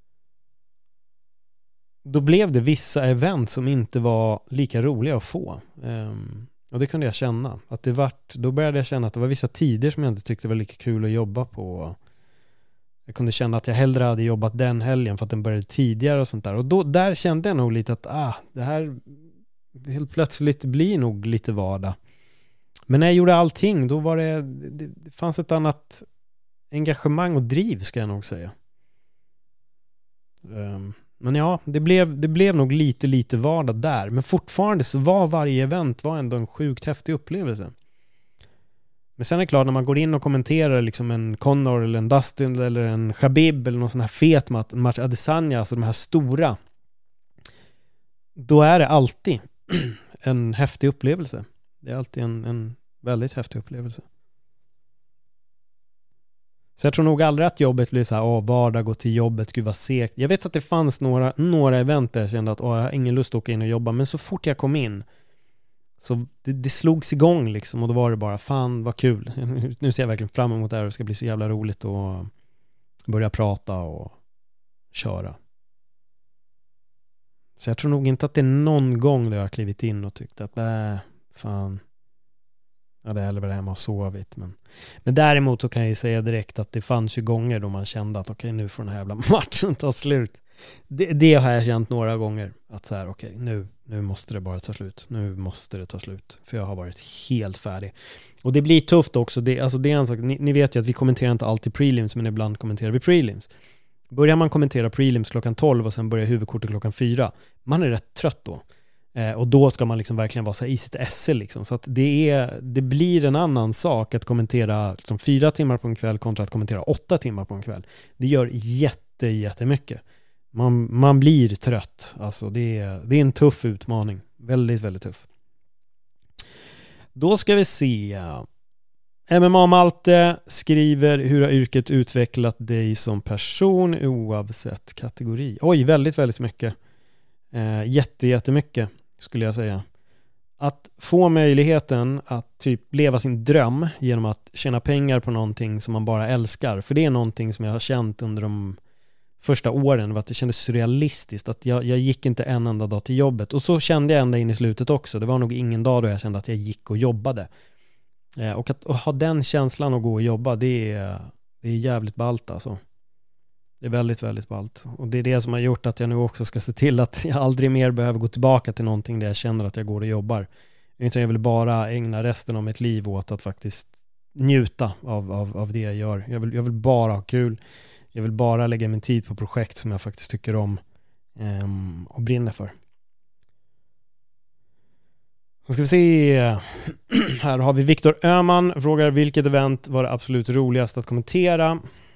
då blev det vissa event som inte var lika roliga att få. Um, och det kunde jag känna. Att det vart, då började jag känna att det var vissa tider som jag inte tyckte var lika kul att jobba på. Jag kunde känna att jag hellre hade jobbat den helgen för att den började tidigare och sånt där. Och då, där kände jag nog lite att ah, det här helt plötsligt blir nog lite vardag. Men när jag gjorde allting, då var det, det, det fanns ett annat engagemang och driv, ska jag nog säga. Um, men ja, det blev, det blev nog lite, lite vardag där. Men fortfarande så var varje event var ändå en sjukt häftig upplevelse. Men sen är det klart, när man går in och kommenterar liksom en Conor eller en Dustin eller en Khabib eller någon sån här fet match, Adesanya, alltså de här stora, då är det alltid en häftig upplevelse. Det är alltid en, en väldigt häftig upplevelse. Så jag tror nog aldrig att jobbet blir så här, åh, vardag, gå till jobbet, gud vad segt. Jag vet att det fanns några, några event där jag kände att åh, jag har ingen lust att åka in och jobba. Men så fort jag kom in så det, det slogs igång liksom, och då var det bara, fan vad kul. Nu ser jag verkligen fram emot det här och det ska bli så jävla roligt att börja prata och köra. Så jag tror nog inte att det är någon gång där jag har klivit in och tyckt att äh, fan, jag hade hellre varit hemma och sovit. Men, men däremot så kan jag ju säga direkt att det fanns ju gånger då man kände att okej, okay, nu får den här jävla matchen ta slut. Det, det har jag känt några gånger. Att så här, okej, okay, nu, nu måste det bara ta slut. Nu måste det ta slut. För jag har varit helt färdig. Och det blir tufft också. Det, alltså det är en sak, ni, ni vet ju att vi kommenterar inte alltid prelims, men ibland kommenterar vi prelims. Börjar man kommentera prelims klockan tolv och sen börjar huvudkortet klockan fyra, man är rätt trött då. Eh, och då ska man liksom verkligen vara så här i sitt esse liksom. Så att det, är, det blir en annan sak att kommentera liksom fyra timmar på en kväll kontra att kommentera åtta timmar på en kväll. Det gör jätte, jättemycket. Man, man blir trött. Alltså det är, det är en tuff utmaning. Väldigt, väldigt tuff. Då ska vi se. M M A Malte skriver: hur har yrket utvecklat dig som person oavsett kategori? Oj, väldigt, väldigt mycket. Eh, jätte, jättemycket skulle jag säga. Att få möjligheten att typ leva sin dröm genom att tjäna pengar på någonting som man bara älskar. För det är någonting som jag har känt under de första åren, var att det kändes surrealistiskt. Att jag, jag gick inte en enda dag till jobbet. Och så kände jag ända in i slutet också. Det var nog ingen dag då jag kände att jag gick och jobbade. Eh, och att och ha den känslan att gå och jobba, det är, det är jävligt ballt alltså. Det är väldigt, väldigt ballt. Och det är det som har gjort att jag nu också ska se till att jag aldrig mer behöver gå tillbaka till någonting där jag känner att jag går och jobbar. Utan jag vill bara ägna resten av mitt liv åt att faktiskt njuta av, av, av det jag gör. Jag vill, jag vill bara ha kul. Jag vill bara lägga min tid på projekt som jag faktiskt tycker om um, och brinner för. Nu ska vi se. Här har vi Viktor Öman. Frågar: vilket event var det absolut roligast att kommentera?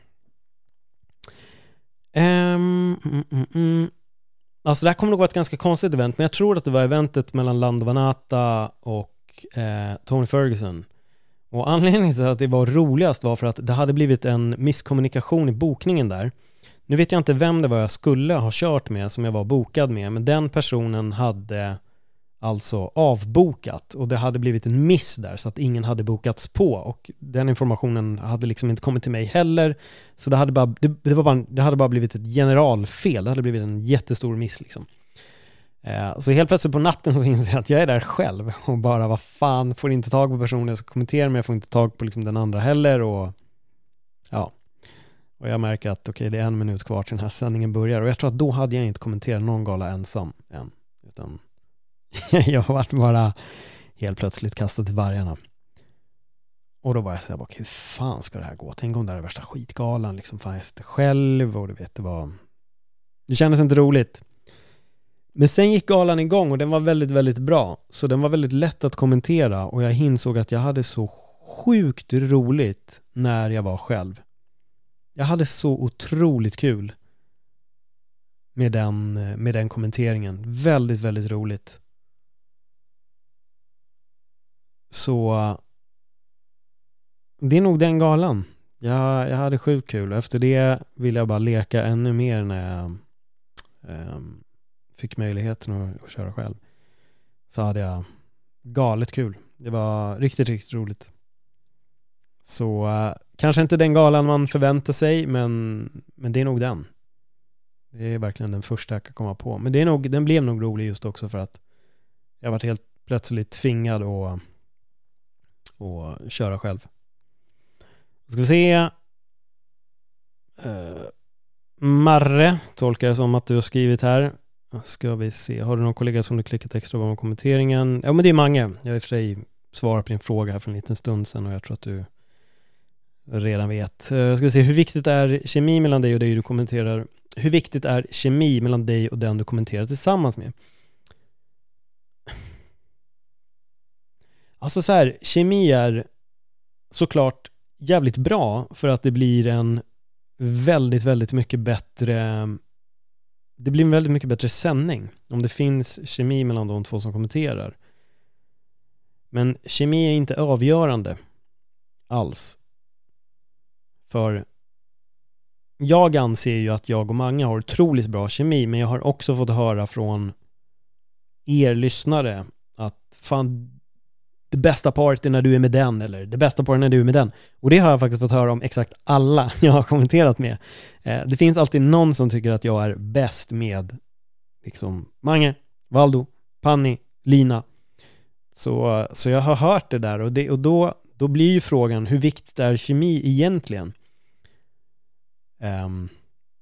Um, mm, mm, mm. Alltså det här kommer nog vara ett ganska konstigt event, men jag tror att det var eventet mellan Lando Vannata och eh, Tony Ferguson. Och anledningen till att det var roligast var för att det hade blivit en misskommunikation i bokningen där. Nu vet jag inte vem det var jag skulle ha kört med, som jag var bokad med, men den personen hade alltså avbokat och det hade blivit en miss där så att ingen hade bokats på, och den informationen hade liksom inte kommit till mig heller, så det hade bara, det, det var bara, det hade bara blivit ett generalfel. Det hade blivit en jättestor miss liksom. Eh, så helt plötsligt på natten så inser jag att jag är där själv och bara, vad fan, får inte tag på personen jag ska kommentera, men jag får inte tag på liksom den andra heller, och ja, och jag märker att okej, det är en minut kvar till den här sändningen börjar, och jag tror att då hade jag inte kommenterat någon gala ensam än, utan jag har varit bara helt plötsligt kastad till vargarna. Och då var jag så här, bara, hur fan ska det här gå? Tänk om det är värsta skitgalan, liksom, fan jag sitter själv, och du vet, det var, det kändes inte roligt. Men sen gick galan igång och den var väldigt, väldigt bra. Så den var väldigt lätt att kommentera, och jag insåg att jag hade så sjukt roligt när jag var själv. Jag hade så otroligt kul med den, med den kommenteringen. Väldigt, väldigt roligt. så det är nog den galan. Jag, jag hade sjukt kul. Efter det ville jag bara leka ännu mer när jag eh, fick möjligheten att, att köra själv. Så hade jag galet kul. Det var riktigt, riktigt roligt. Så uh, kanske inte den galan man förväntar sig, men, men det är nog den. Det är verkligen den första jag kan komma på. Men det är nog, den blev nog rolig just också för att jag varit helt plötsligt tvingad att, att köra själv. Ska vi se. Uh, Marre tolkar jag som att du har skrivit här. Ska vi se. Har du någon kollega som du klickat extra på kommenteringen? Ja, men det är Mange. Jag har i och för sig svarat på din fråga här för en liten stund sedan och jag tror att du redan vet. Uh, ska vi se. Hur viktigt är kemi mellan dig och dig du kommenterar? Hur viktigt är kemi mellan dig och den du kommenterar tillsammans med? Alltså så här, kemi är såklart jävligt bra för att det blir en väldigt, väldigt mycket bättre det blir en väldigt mycket bättre sändning om det finns kemi mellan de två som kommenterar. Men kemi är inte avgörande alls. För jag anser ju att jag och Mange har otroligt bra kemi, men jag har också fått höra från er lyssnare att fan, det bästa paret är när du är med den, eller det bästa paret när du är med den. Och det har jag faktiskt fått höra om exakt alla jag har kommenterat med. Eh, det finns alltid någon som tycker att jag är bäst med liksom Mange, Valdo, Panni, Lina. Så, så jag har hört det där och, det, och då, då blir ju frågan, hur viktigt är kemi egentligen? Um,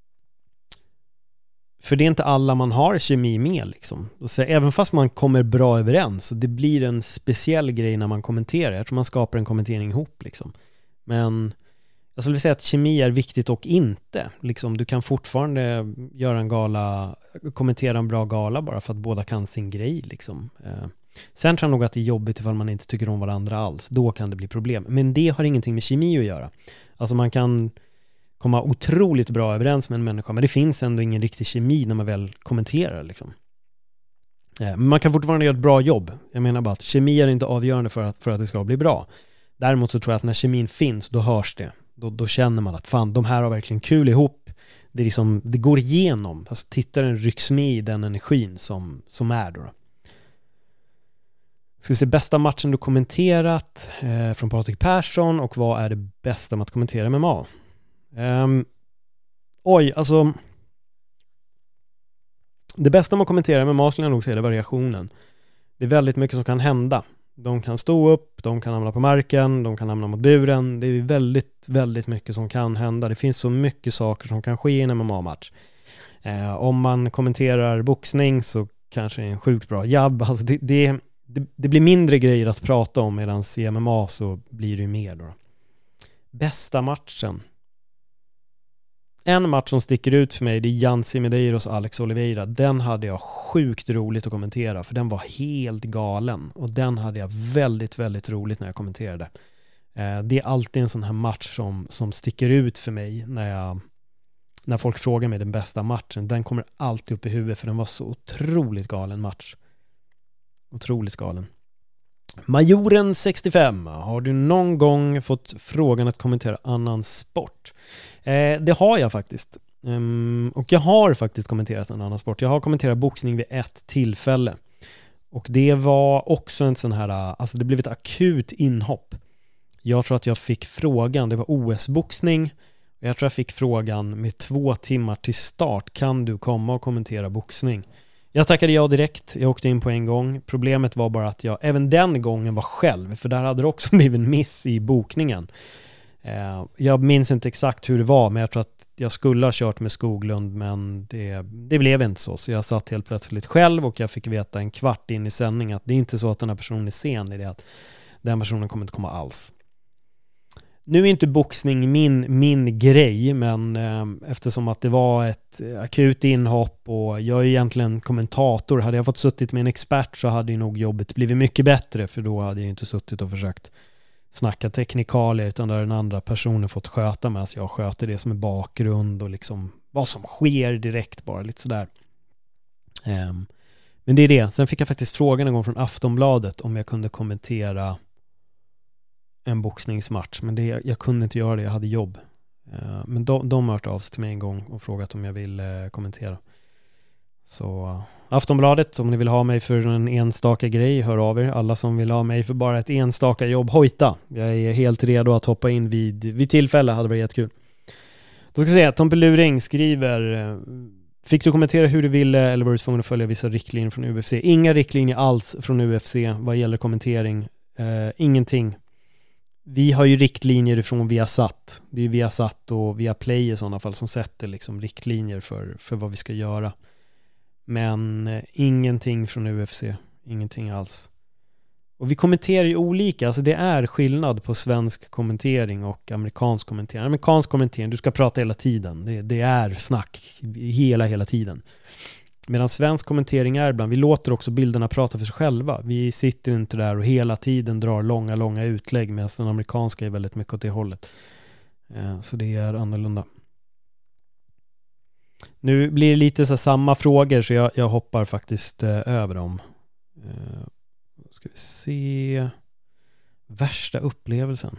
för det är inte alla man har kemi med liksom. Så även fast man kommer bra överens, det blir en speciell grej när man kommenterar. Jag tror man skapar en kommentering ihop liksom. Men jag skulle säga att kemi är viktigt och inte liksom, du kan fortfarande göra en gala, kommentera en bra gala bara för att båda kan sin grej liksom. uh, Sen tror jag nog att det är jobbigt ifall man inte tycker om varandra alls. Då kan det bli problem. Men det har ingenting med kemi att göra. Alltså man kan komma otroligt bra överens med en människa, men det finns ändå ingen riktig kemi när man väl kommenterar liksom. Men man kan fortfarande göra ett bra jobb. Jag menar bara att kemi är inte avgörande för att, för att det ska bli bra. Däremot så tror jag att när kemin finns, då hörs det. Då, då känner man att fan, de här har verkligen kul ihop. Det, är liksom, det går igenom. Alltså tittaren rycks med i den energin som, som är då. Ska vi se bästa matchen du kommenterat eh, från Patrik Persson, och vad är det bästa med att kommentera M M A? Um, oj, alltså det bästa med att kommentera M M A skulle jag nog säga är variationen. Det är väldigt mycket som kan hända. De kan stå upp, de kan hamna på marken, de kan hamna mot buren. Det är väldigt, väldigt mycket som kan hända. Det finns så mycket saker som kan ske i en M M A-match. Eh, om man kommenterar boxning så kanske det är en sjukt bra jabb. Alltså det, det, det, det blir mindre grejer att prata om, medan i M M A så blir det ju mer då. Bästa matchen. En match som sticker ut för mig, det är Yancy Medeiros Alex Oliveira. Den hade jag sjukt roligt att kommentera, för den var helt galen. Och den hade jag väldigt, väldigt roligt när jag kommenterade. Eh, det är alltid en sån här match som, som sticker ut för mig när, jag, när folk frågar mig den bästa matchen. Den kommer alltid upp i huvudet, för den var så otroligt galen match. Otroligt galen. Majoren sextiofem, har du någon gång fått frågan att kommentera annan sport? Eh, det har jag faktiskt. Um, och jag har faktiskt kommenterat en annan sport. Jag har kommenterat boxning vid ett tillfälle. Och det var också en sån här, alltså det blev ett akut inhopp. Jag tror att jag fick frågan, det var O S-boxning. Jag tror jag fick frågan med två timmar till start, kan du komma och kommentera boxning? Jag tackade ja direkt, jag åkte in på en gång. Problemet var bara att jag även den gången var själv, för där hade det också blivit en miss i bokningen. Eh, jag minns inte exakt hur det var, men jag tror att jag skulle ha kört med Skoglund, men det, det blev inte så. Så jag satt helt plötsligt själv och jag fick veta en kvart in i sändning att det är inte så att den här personen är sen, i det att den personen kommer inte komma alls. Nu är inte boxning min, min grej, men eh, eftersom att det var ett akut inhopp och jag är egentligen kommentator, hade jag fått suttit med en expert så hade ju nog jobbet blivit mycket bättre, för då hade jag inte suttit och försökt snacka teknikalier, utan där den andra personen fått sköta med, så jag sköter det som är bakgrund och liksom vad som sker direkt, bara lite sådär. Eh, men det är det. Sen fick jag faktiskt frågan en gång från Aftonbladet om jag kunde kommentera en boxningsmatch. Men det, jag kunde inte göra det, jag hade jobb. Uh, men de, de har hört av sig till mig en gång och frågat om jag vill uh, kommentera. Så uh, Aftonbladet, om ni vill ha mig för en enstaka grej, hör av er. Alla som vill ha mig för bara ett enstaka jobb, hojta. Jag är helt redo att hoppa in vid, vid tillfälle, hade varit jättekul. Då ska jag säga, Tompe Luring skriver: fick du kommentera hur du ville eller var du tvungen att följa vissa riktlinjer från U F C? Inga riktlinjer alls från U F C vad gäller kommentering. Uh, ingenting. Vi har ju riktlinjer från Viasat. Det är ju Viasat och Viaplay i sådana fall som sätter liksom riktlinjer för, för vad vi ska göra. Men uh, ingenting från U F C. Ingenting alls. Och vi kommenterar ju olika. Alltså det är skillnad på svensk kommentering och amerikansk kommentering. Amerikansk kommentering, du ska prata hela tiden. Det, det är snack hela, hela tiden. Medan svensk kommentering är ibland, vi låter också bilderna prata för sig själva. Vi sitter inte där och hela tiden drar långa, långa utlägg, medan den amerikanska är väldigt mycket åt det hållet. Så det är annorlunda. Nu blir det lite så samma frågor, så jag, jag hoppar faktiskt eh, över dem. Eh, ska vi se. Värsta upplevelsen.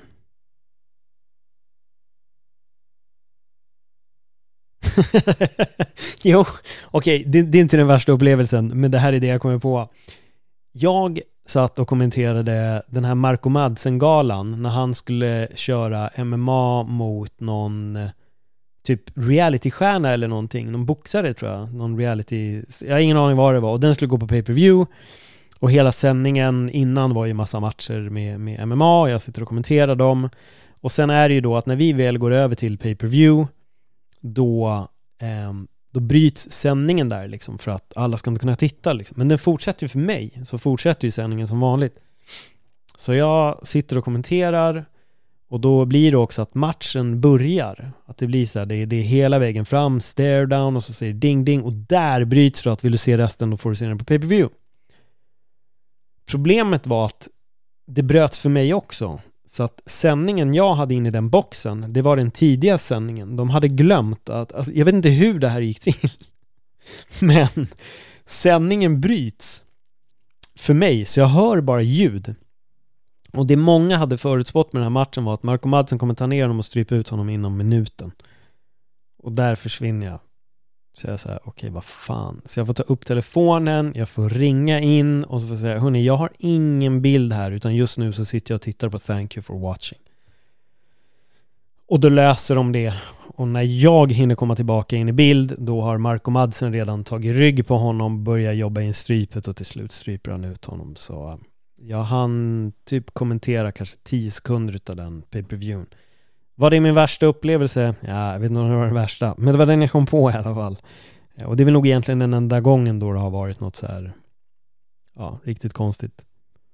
Jo, okej, okay, det, det är inte den värsta upplevelsen, men det här är det jag kommer på. Jag satt och kommenterade den här Marco Madsen-galan när han skulle köra M M A mot någon typ reality-stjärna eller någonting, någon boxare tror jag, någon reality, jag har ingen aning vad det var, och den skulle gå på pay-per-view. Och hela sändningen innan var ju massa matcher med, med M M A, jag sitter och kommenterar dem. Och sen är det ju då att när vi väl går över till pay-per-view, då, eh, då bryts sändningen där liksom, för att alla ska inte kunna titta liksom. Men den fortsätter ju för mig, så fortsätter ju sändningen som vanligt. Så jag sitter och kommenterar, och då blir det också att matchen börjar. Att det blir så här, det är, det är hela vägen fram, stare down, och så säger ding ding, och där bryts det att vill du se resten, då får du se den på pay-per-view. Problemet var att det bröts för mig också. Så att sändningen jag hade in i den boxen, det var den tidiga sändningen. De hade glömt att, alltså, jag vet inte hur det här gick till. Men sändningen bryts för mig, så jag hör bara ljud. Och det många hade förutspått med den här matchen var att Marco Madsen kommer ta ner honom och strypa ut honom inom minuten. Och där försvinner jag. Så jag säger, okej, okay, vad fan. Så jag får ta upp telefonen, jag får ringa in och så får jag säga, hörni, jag har ingen bild här, utan just nu så sitter jag och tittar på thank you for watching. Och då löser de det. Och när jag hinner komma tillbaka in i bild, då har Marco Madsen redan tagit rygg på honom, börjar jobba in strypet, och till slut stryper han ut honom. Så jag hann typ kommentera kanske tio sekunder av den pay-per-viewen. Var det min värsta upplevelse? Ja, jag vet inte om det var det värsta. Men det var den jag kom på i alla fall. Och det är väl nog egentligen den enda gången då det har varit något så här, ja, riktigt konstigt.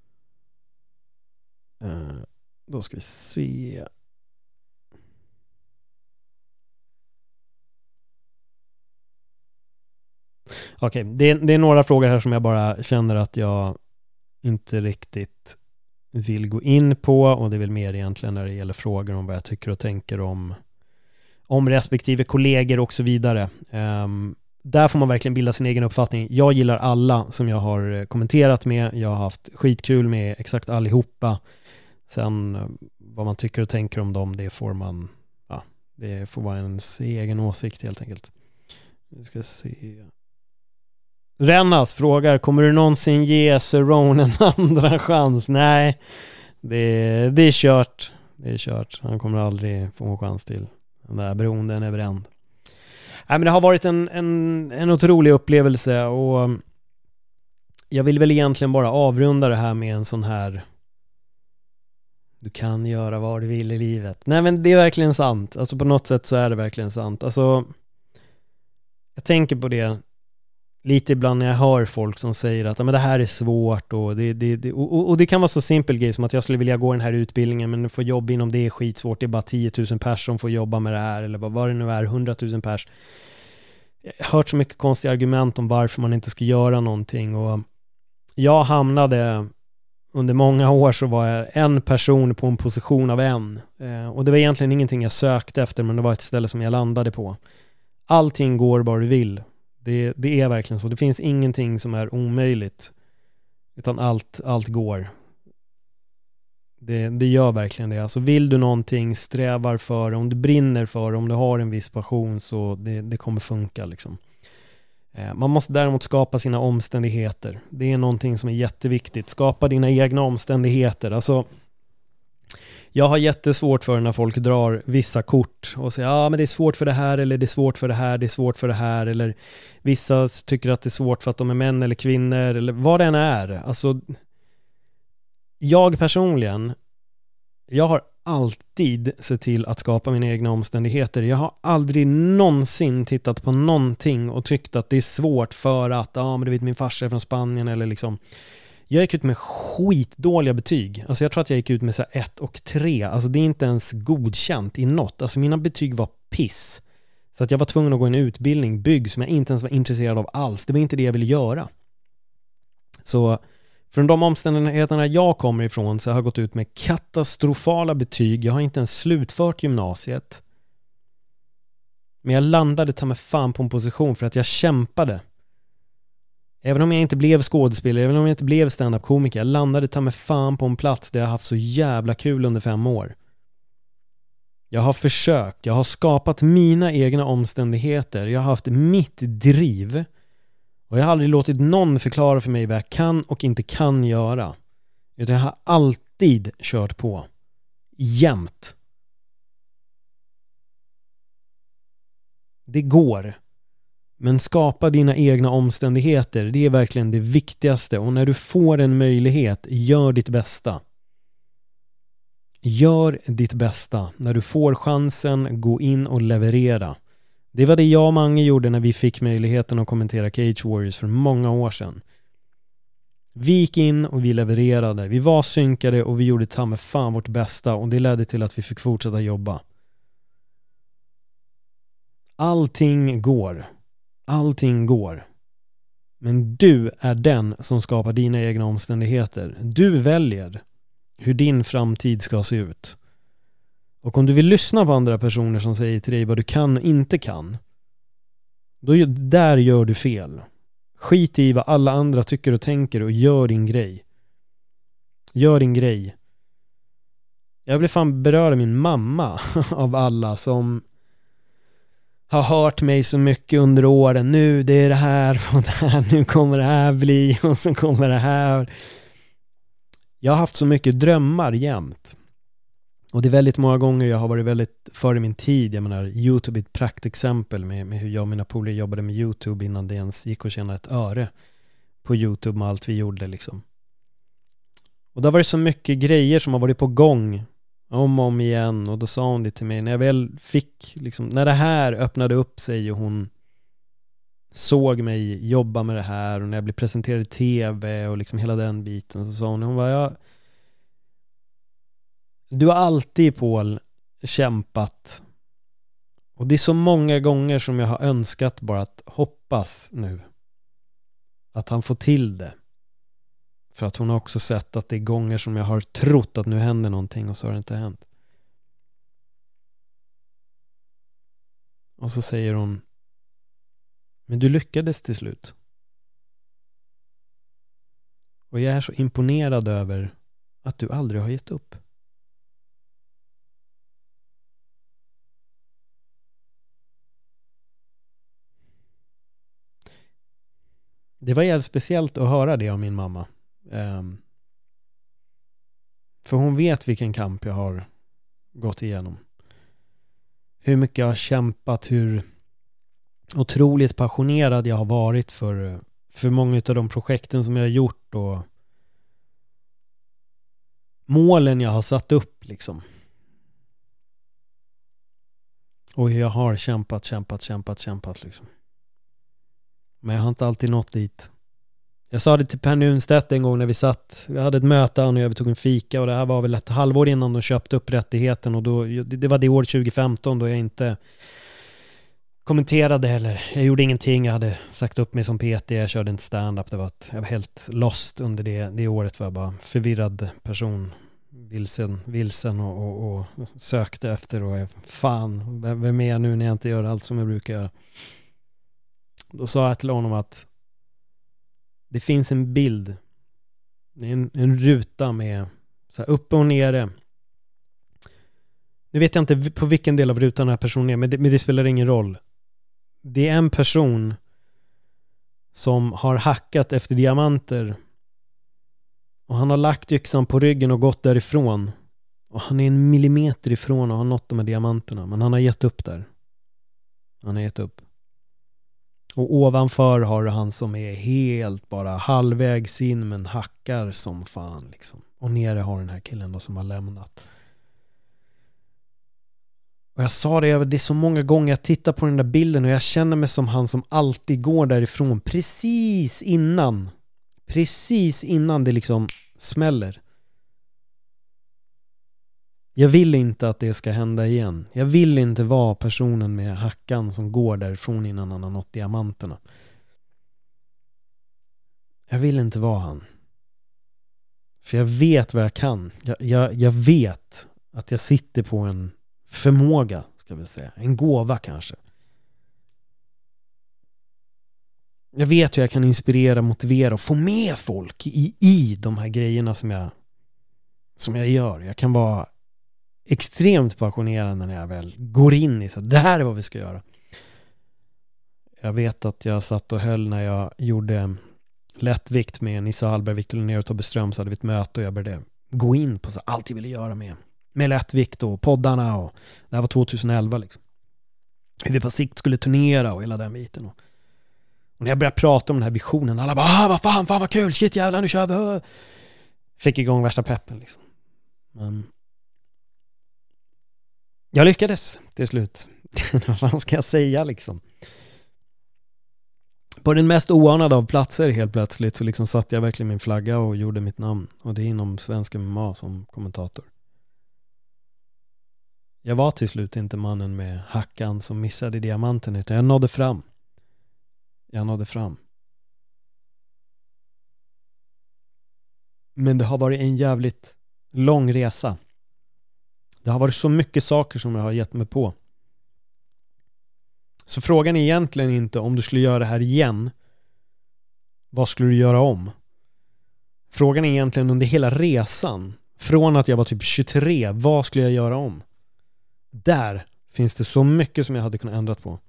Uh, då ska vi se. Okej, okay, det, det är några frågor här som jag bara känner att jag inte riktigt vill gå in på, och det är väl mer egentligen när det gäller frågor om vad jag tycker och tänker om om respektive kollegor och så vidare. Um, där får man verkligen bilda sin egen uppfattning. Jag gillar alla som jag har kommenterat med. Jag har haft skitkul med exakt allihopa. Sen vad man tycker och tänker om dem, det får man, ja, det får vara ens egen åsikt helt enkelt. Vi ska se. Rennas frågar, kommer du någonsin ge Cerrone en andra chans? Nej, det, det är kört. Det är kört. Han kommer aldrig få en chans till. Den där bron, den är bränd. Nej, men det har varit en, en, en otrolig upplevelse, och jag vill väl egentligen bara avrunda det här med en sån här: du kan göra vad du vill i livet. Nej, men det är verkligen sant. Alltså på något sätt så är det verkligen sant. Alltså, jag tänker på det lite ibland när jag hör folk som säger att men det här är svårt, och det, det, det, och, och det kan vara så simpel grej som att jag skulle vilja gå den här utbildningen, men få jobb inom det är skitsvårt, det är bara tio tusen pers som får jobba med det här, eller vad det nu är, hundra tusen pers. Jag har hört så mycket konstiga argument om varför man inte ska göra någonting, och jag hamnade under många år, så var jag en person på en position av en, och det var egentligen ingenting jag sökte efter, men det var ett ställe som jag landade på. Allting går bara du vill. Det, det är verkligen så. Det finns ingenting som är omöjligt, utan allt, allt går. Det, det gör verkligen det. Alltså vill du någonting, strävar för, om du brinner för, om du har en viss passion, så det, det kommer funka liksom. Eh, man måste däremot skapa sina omständigheter. Det är någonting som är jätteviktigt. Skapa dina egna omständigheter. Alltså, jag har jättesvårt för när folk drar vissa kort och säger ja, men det är svårt för det här, eller det är svårt för det här, det är svårt för det här, eller vissa tycker att det är svårt för att de är män eller kvinnor, eller vad det än är. Alltså, jag personligen, jag har alltid sett till att skapa mina egna omständigheter. Jag har aldrig någonsin tittat på någonting och tyckt att det är svårt för att, ja men du vet min farsa är från Spanien, eller liksom. Jag gick ut med skitdåliga betyg. Alltså jag tror att jag gick ut med så här ett och tre. Alltså det är inte ens godkänt i något. Alltså mina betyg var piss. Så att jag var tvungen att gå en utbildning, bygg, som jag inte ens var intresserad av alls. Det var inte det jag ville göra. Så från de omständigheterna jag kommer ifrån så har jag gått ut med katastrofala betyg. Jag har inte ens slutfört gymnasiet. Men jag landade ta med fan på en position för att jag kämpade. Även om jag inte blev skådespelare, även om jag inte blev stand-up-komiker, jag landade ta med fan på en plats där jag har haft så jävla kul under fem år. Jag har försökt, jag har skapat mina egna omständigheter, jag har haft mitt driv. Och jag har aldrig låtit någon förklara för mig vad jag kan och inte kan göra. Utan jag har alltid kört på. Jämt. Det går. Men skapa dina egna omständigheter, det är verkligen det viktigaste. Och när du får en möjlighet, gör ditt bästa. Gör ditt bästa. När du får chansen, gå in och leverera. Det var det jag och Mange gjorde när vi fick möjligheten att kommentera Cage Warriors för många år sedan. Vi gick in och vi levererade. Vi var synkade och vi gjorde ta med fan vårt bästa. Och det ledde till att vi fick fortsätta jobba. Allting går. Allting går. Men du är den som skapar dina egna omständigheter. Du väljer hur din framtid ska se ut. Och om du vill lyssna på andra personer som säger till dig vad du kan och inte kan, då där gör du fel. Skit i vad alla andra tycker och tänker och gör din grej. Gör din grej. Jag blev fan berörd av min mamma av alla som har hört mig så mycket under åren. Nu det är det här och det här. Nu kommer det här bli och så kommer det här. Jag har haft så mycket drömmar jämt. Och det är väldigt många gånger jag har varit väldigt före min tid. Jag menar, YouTube är ett praktexempel med, med hur jag och mina polare jobbade med YouTube innan det ens gick att tjäna ett öre på YouTube med allt vi gjorde liksom. Och det har varit så mycket grejer som har varit på gång om och om igen. Och då sa hon det till mig när jag väl fick liksom, när det här öppnade upp sig och hon såg mig jobba med det här och när jag blev presenterad i tv och liksom hela den biten, så sa hon, hon var jag du har alltid, Paul, kämpat. Och det är så många gånger som jag har önskat bara att hoppas nu att han får till det. För att hon har också sett att det är gånger som jag har trott att nu händer någonting och så har det inte hänt. Och så säger hon, men du lyckades till slut. Och jag är så imponerad över att du aldrig har gett upp. Det var jävligt speciellt att höra det av min mamma. Um, för hon vet vilken kamp jag har gått igenom. Hur mycket jag har kämpat, hur otroligt passionerad jag har varit för, för många av de projekten som jag har gjort och målen jag har satt upp liksom. Och hur jag har kämpat, kämpat, kämpat, kämpat liksom. Men jag har inte alltid nått dit. Jag sa det till Per Nunstedt en gång när vi satt. Vi hade ett möte och jag tog en fika och det här var väl ett halvår innan de köpte upp rättigheten och då, det var det år tjugo femton då jag inte kommenterade heller. Jag gjorde ingenting. Jag hade sagt upp mig som P T. Jag körde inte stand-up. Det var ett, jag var helt lost under det, det året. Var jag bara förvirrad person. Vilsen, vilsen och, och, och sökte efter och jag, fan, vem är jag nu när jag inte gör allt som jag brukar göra? Då sa jag till honom att det finns en bild, en, en ruta med Så här uppe och nere. Nu vet jag inte på vilken del av rutan den här personen är, men det, men det spelar ingen roll. Det är en person som har hackat efter diamanter. Och han har lagt yxan på ryggen och gått därifrån. Och han är en millimeter ifrån och har nått de här diamanterna. Men han har gett upp där. Han har gett upp. Och ovanför har du han som är helt bara halvvägs in men hackar som fan liksom. Och nere har den här killen då som har lämnat. Och jag sa det, det är så många gånger jag tittar på den där bilden och jag känner mig som han som alltid går därifrån precis innan. Precis innan det liksom smäller. Jag vill inte att det ska hända igen. Jag vill inte vara personen med hackan som går därifrån innan han har nått diamanterna. Jag vill inte vara han. För jag vet vad jag kan. Jag, jag, jag vet att jag sitter på en förmåga, ska vi säga. En gåva kanske. Jag vet hur jag kan inspirera, motivera och få med folk i, i de här grejerna som jag, som jag gör. Jag kan vara extremt passionerad när jag väl går in i så det här är vad vi ska göra. Jag vet att jag satt och höll när jag gjorde lättvikt med Nissa Hallberg, Viktor Linnér och Tobbe Ström, så hade vi ett möte och jag började gå in på så allt jag ville göra med med lättvikt och poddarna och det här var tjugoelva liksom. Hur vi på sikt skulle turnera och hela den biten. Och, och när jag började prata om den här visionen, alla bara, ah, vad fan, fan vad kul, shit jävlar, nu kör vi. Fick igång värsta peppen liksom. Men jag lyckades till slut. Vad fan ska jag säga liksom? På den mest oanade av platser helt plötsligt så liksom satte jag verkligen min flagga och gjorde mitt namn. Och det är inom svensk M M A som kommentator. Jag var till slut inte mannen med hackan som missade diamanten, utan jag nådde fram. Jag nådde fram. Men det har varit en jävligt lång resa. Det har varit så mycket saker som jag har gett mig på. Så frågan är egentligen inte om du skulle göra det här igen. Vad skulle du göra om? Frågan är egentligen under hela resan. Från att jag var typ tjugotre. Vad skulle jag göra om? Där finns det så mycket som jag hade kunnat ändra på.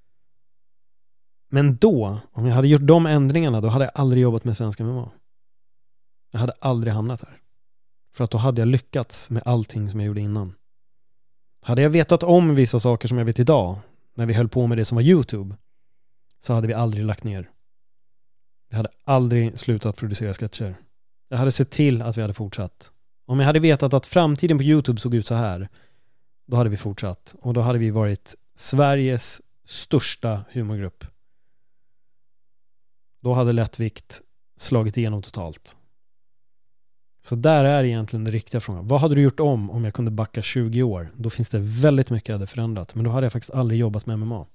Men då, om jag hade gjort de ändringarna, då hade jag aldrig jobbat med svenska M M A. Jag hade aldrig hamnat här. För att då hade jag lyckats med allting som jag gjorde innan. Hade jag vetat om vissa saker som jag vet idag, när vi höll på med det som var YouTube, så hade vi aldrig lagt ner. Vi hade aldrig slutat producera sketcher. Jag hade sett till att vi hade fortsatt. Om jag hade vetat att framtiden på YouTube såg ut så här, då hade vi fortsatt. Och då hade vi varit Sveriges största humorgrupp. Då hade lättvikt slagit igenom totalt. Så där är egentligen den riktiga frågan. Vad hade du gjort om om jag kunde backa tjugo år? Då finns det väldigt mycket jag hade förändrat. Men då hade jag faktiskt aldrig jobbat med M M A.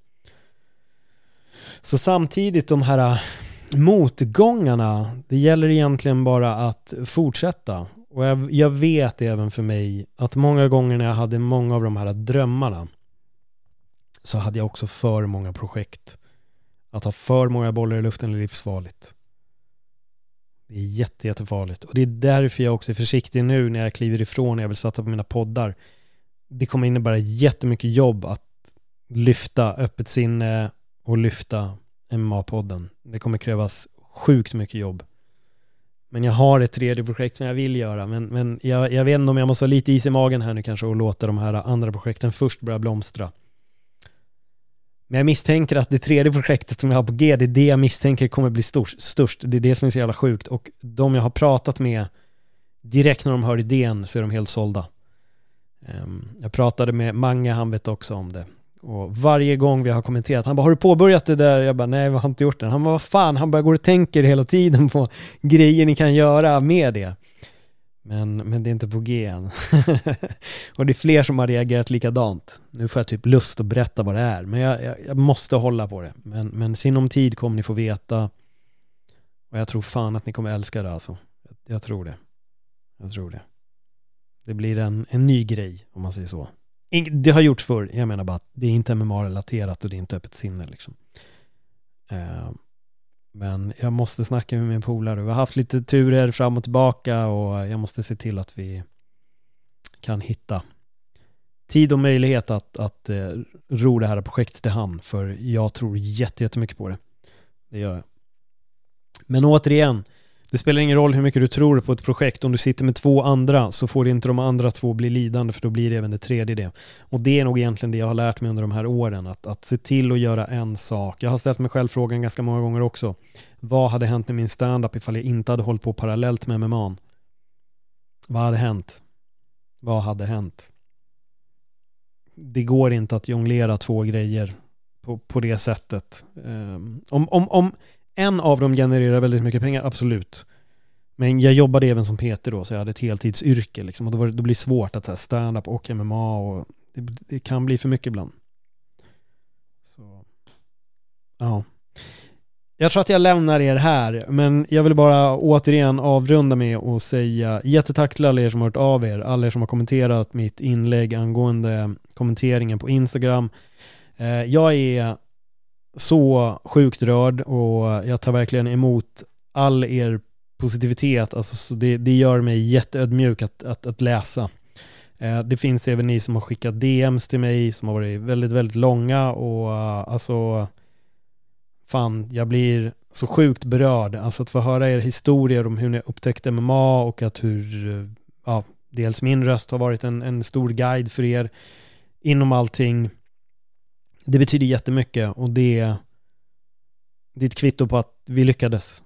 Så samtidigt de här motgångarna, det gäller egentligen bara att fortsätta. Och jag, jag vet även för mig att många gånger när jag hade många av de här drömmarna, så hade jag också för många projekt. Att ha för många bollar i luften är livsfarligt. Det är jätte, jättefarligt. Och det är därför jag också är försiktig nu när jag kliver ifrån och jag vill satsa på mina poddar. Det kommer innebära jättemycket jobb att lyfta öppet sinne och lyfta M M A-podden. Det kommer krävas sjukt mycket jobb. Men jag har ett tredje projekt som jag vill göra. Men, men jag, jag vet inte om jag måste ha lite is i magen här nu kanske och låta de här andra projekten först börja blomstra. Men jag misstänker att det tredje projektet som jag har på G, det är det jag misstänker kommer bli störst. störst. Det är det som är så jävla sjukt. Och de jag har pratat med, direkt när de hör idén så är de helt sålda. Um, jag pratade med Mange, han vet också om det. Och varje gång vi har kommenterat, han bara, har du påbörjat det där? Jag bara, nej, jag har inte gjort det. Han bara, vad fan? Han bara går och tänker hela tiden på grejer ni kan göra med det. Men, men det är inte på G än. Och det är fler som har reagerat likadant. Nu får jag typ lust att berätta vad det är. Men jag, jag, jag måste hålla på det. Men, men sinom tid kommer ni få veta. Och jag tror fan att ni kommer älska det alltså. Jag, jag tror det. Jag tror det. Det blir en, en ny grej om man säger så. Det har gjort förr. Jag menar bara att det är inte M M A-relaterat och det är inte öppet sinne liksom. Uh, Men jag måste snacka med min polare. Vi har haft lite turer fram och tillbaka och jag måste se till att vi kan hitta tid och möjlighet att, att eh, ro det här projektet i hamn, för jag tror jättemycket på det. Det gör jag. Men återigen, det spelar ingen roll hur mycket du tror på ett projekt. Om du sitter med två andra så får inte de andra två bli lidande, för då blir det även det tredje det. Och det är nog egentligen det jag har lärt mig under de här åren. Att, att se till att göra en sak. Jag har ställt mig själv frågan ganska många gånger också. Vad hade hänt med min stand-up ifall jag inte hade hållit på parallellt med M M A? Vad hade hänt? Vad hade hänt? Det går inte att jonglera två grejer på, på det sättet. Um, om, om, om en av dem genererar väldigt mycket pengar, absolut. Men jag jobbade även som Peter då, så jag hade ett heltidsyrke liksom, och då, var det, då blir det svårt att så här, stand-up och M M A, och det, det kan bli för mycket ibland. Så ja. Jag tror att jag lämnar er här, men jag vill bara återigen avrunda med att säga jättetack till alla er som har hört av er, alla er som har kommenterat mitt inlägg angående kommenteringen på Instagram. Jag är så sjukt rörd och jag tar verkligen emot all er positivitet. Alltså, så det, det gör mig jätteödmjuk att, att, att läsa. Det finns även ni som har skickat D M's till mig som har varit väldigt, väldigt långa, och alltså fan, jag blir så sjukt berörd. Alltså att få höra er historier om hur ni upptäckte M M A och att hur, ja, dels min röst har varit en, en stor guide för er inom allting. Det betyder jättemycket, och det, det är ett kvitto på att vi lyckades.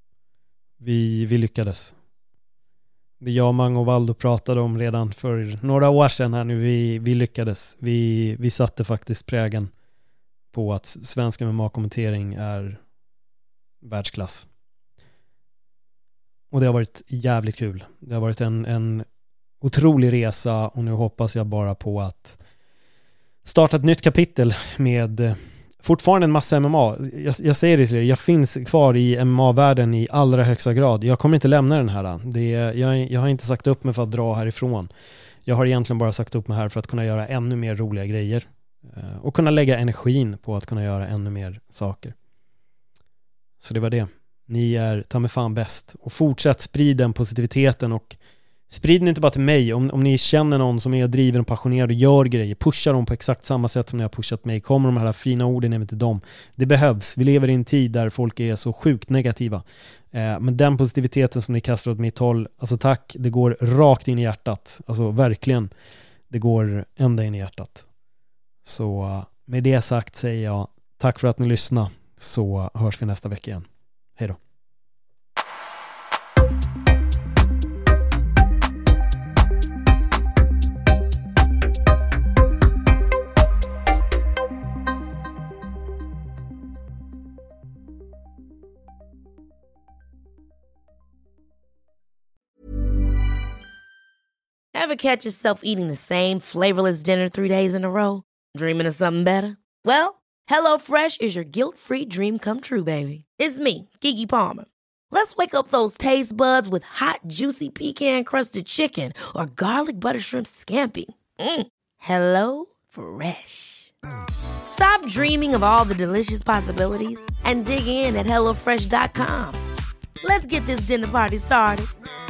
Vi, vi lyckades. Det jag, Mang och Valdo pratade om redan för några år sedan här nu, vi, vi lyckades. Vi, vi satte faktiskt prägen på att svensk M M A-kommentering är världsklass. Och det har varit jävligt kul. Det har varit en, en otrolig resa, och nu hoppas jag bara på att starta ett nytt kapitel med fortfarande en massa M M A. Jag, jag säger det till er, jag finns kvar i M M A-världen i allra högsta grad. Jag kommer inte lämna den här. Det, jag, jag har inte sagt upp mig för att dra härifrån. Jag har egentligen bara sagt upp mig här för att kunna göra ännu mer roliga grejer. Och kunna lägga energin på att kunna göra ännu mer saker. Så det var det. Ni är ta mig fan bäst. Och fortsätt sprida den positiviteten, och sprid den inte bara till mig. Om, om ni känner någon som är driven och passionerad och gör grejer, pusha dem på exakt samma sätt som ni har pushat mig. Kommer de här fina orden även till dem. Det behövs. Vi lever i en tid där folk är så sjukt negativa. Eh, men den positiviteten som ni kastar åt mitt håll, alltså tack, det går rakt in i hjärtat. Alltså verkligen, det går ända in i hjärtat. Så med det sagt säger jag tack för att ni lyssnade, så hörs vi nästa vecka igen. Hej då. Ever catch yourself eating the same flavorless dinner three days in a row? Dreaming of something better? Well, HelloFresh is your guilt-free dream come true, baby. It's me, Keke Palmer. Let's wake up those taste buds with hot, juicy pecan-crusted chicken or garlic butter shrimp scampi. Mm. Hello Fresh. Stop dreaming of all the delicious possibilities and dig in at hello fresh dot com. Let's get this dinner party started.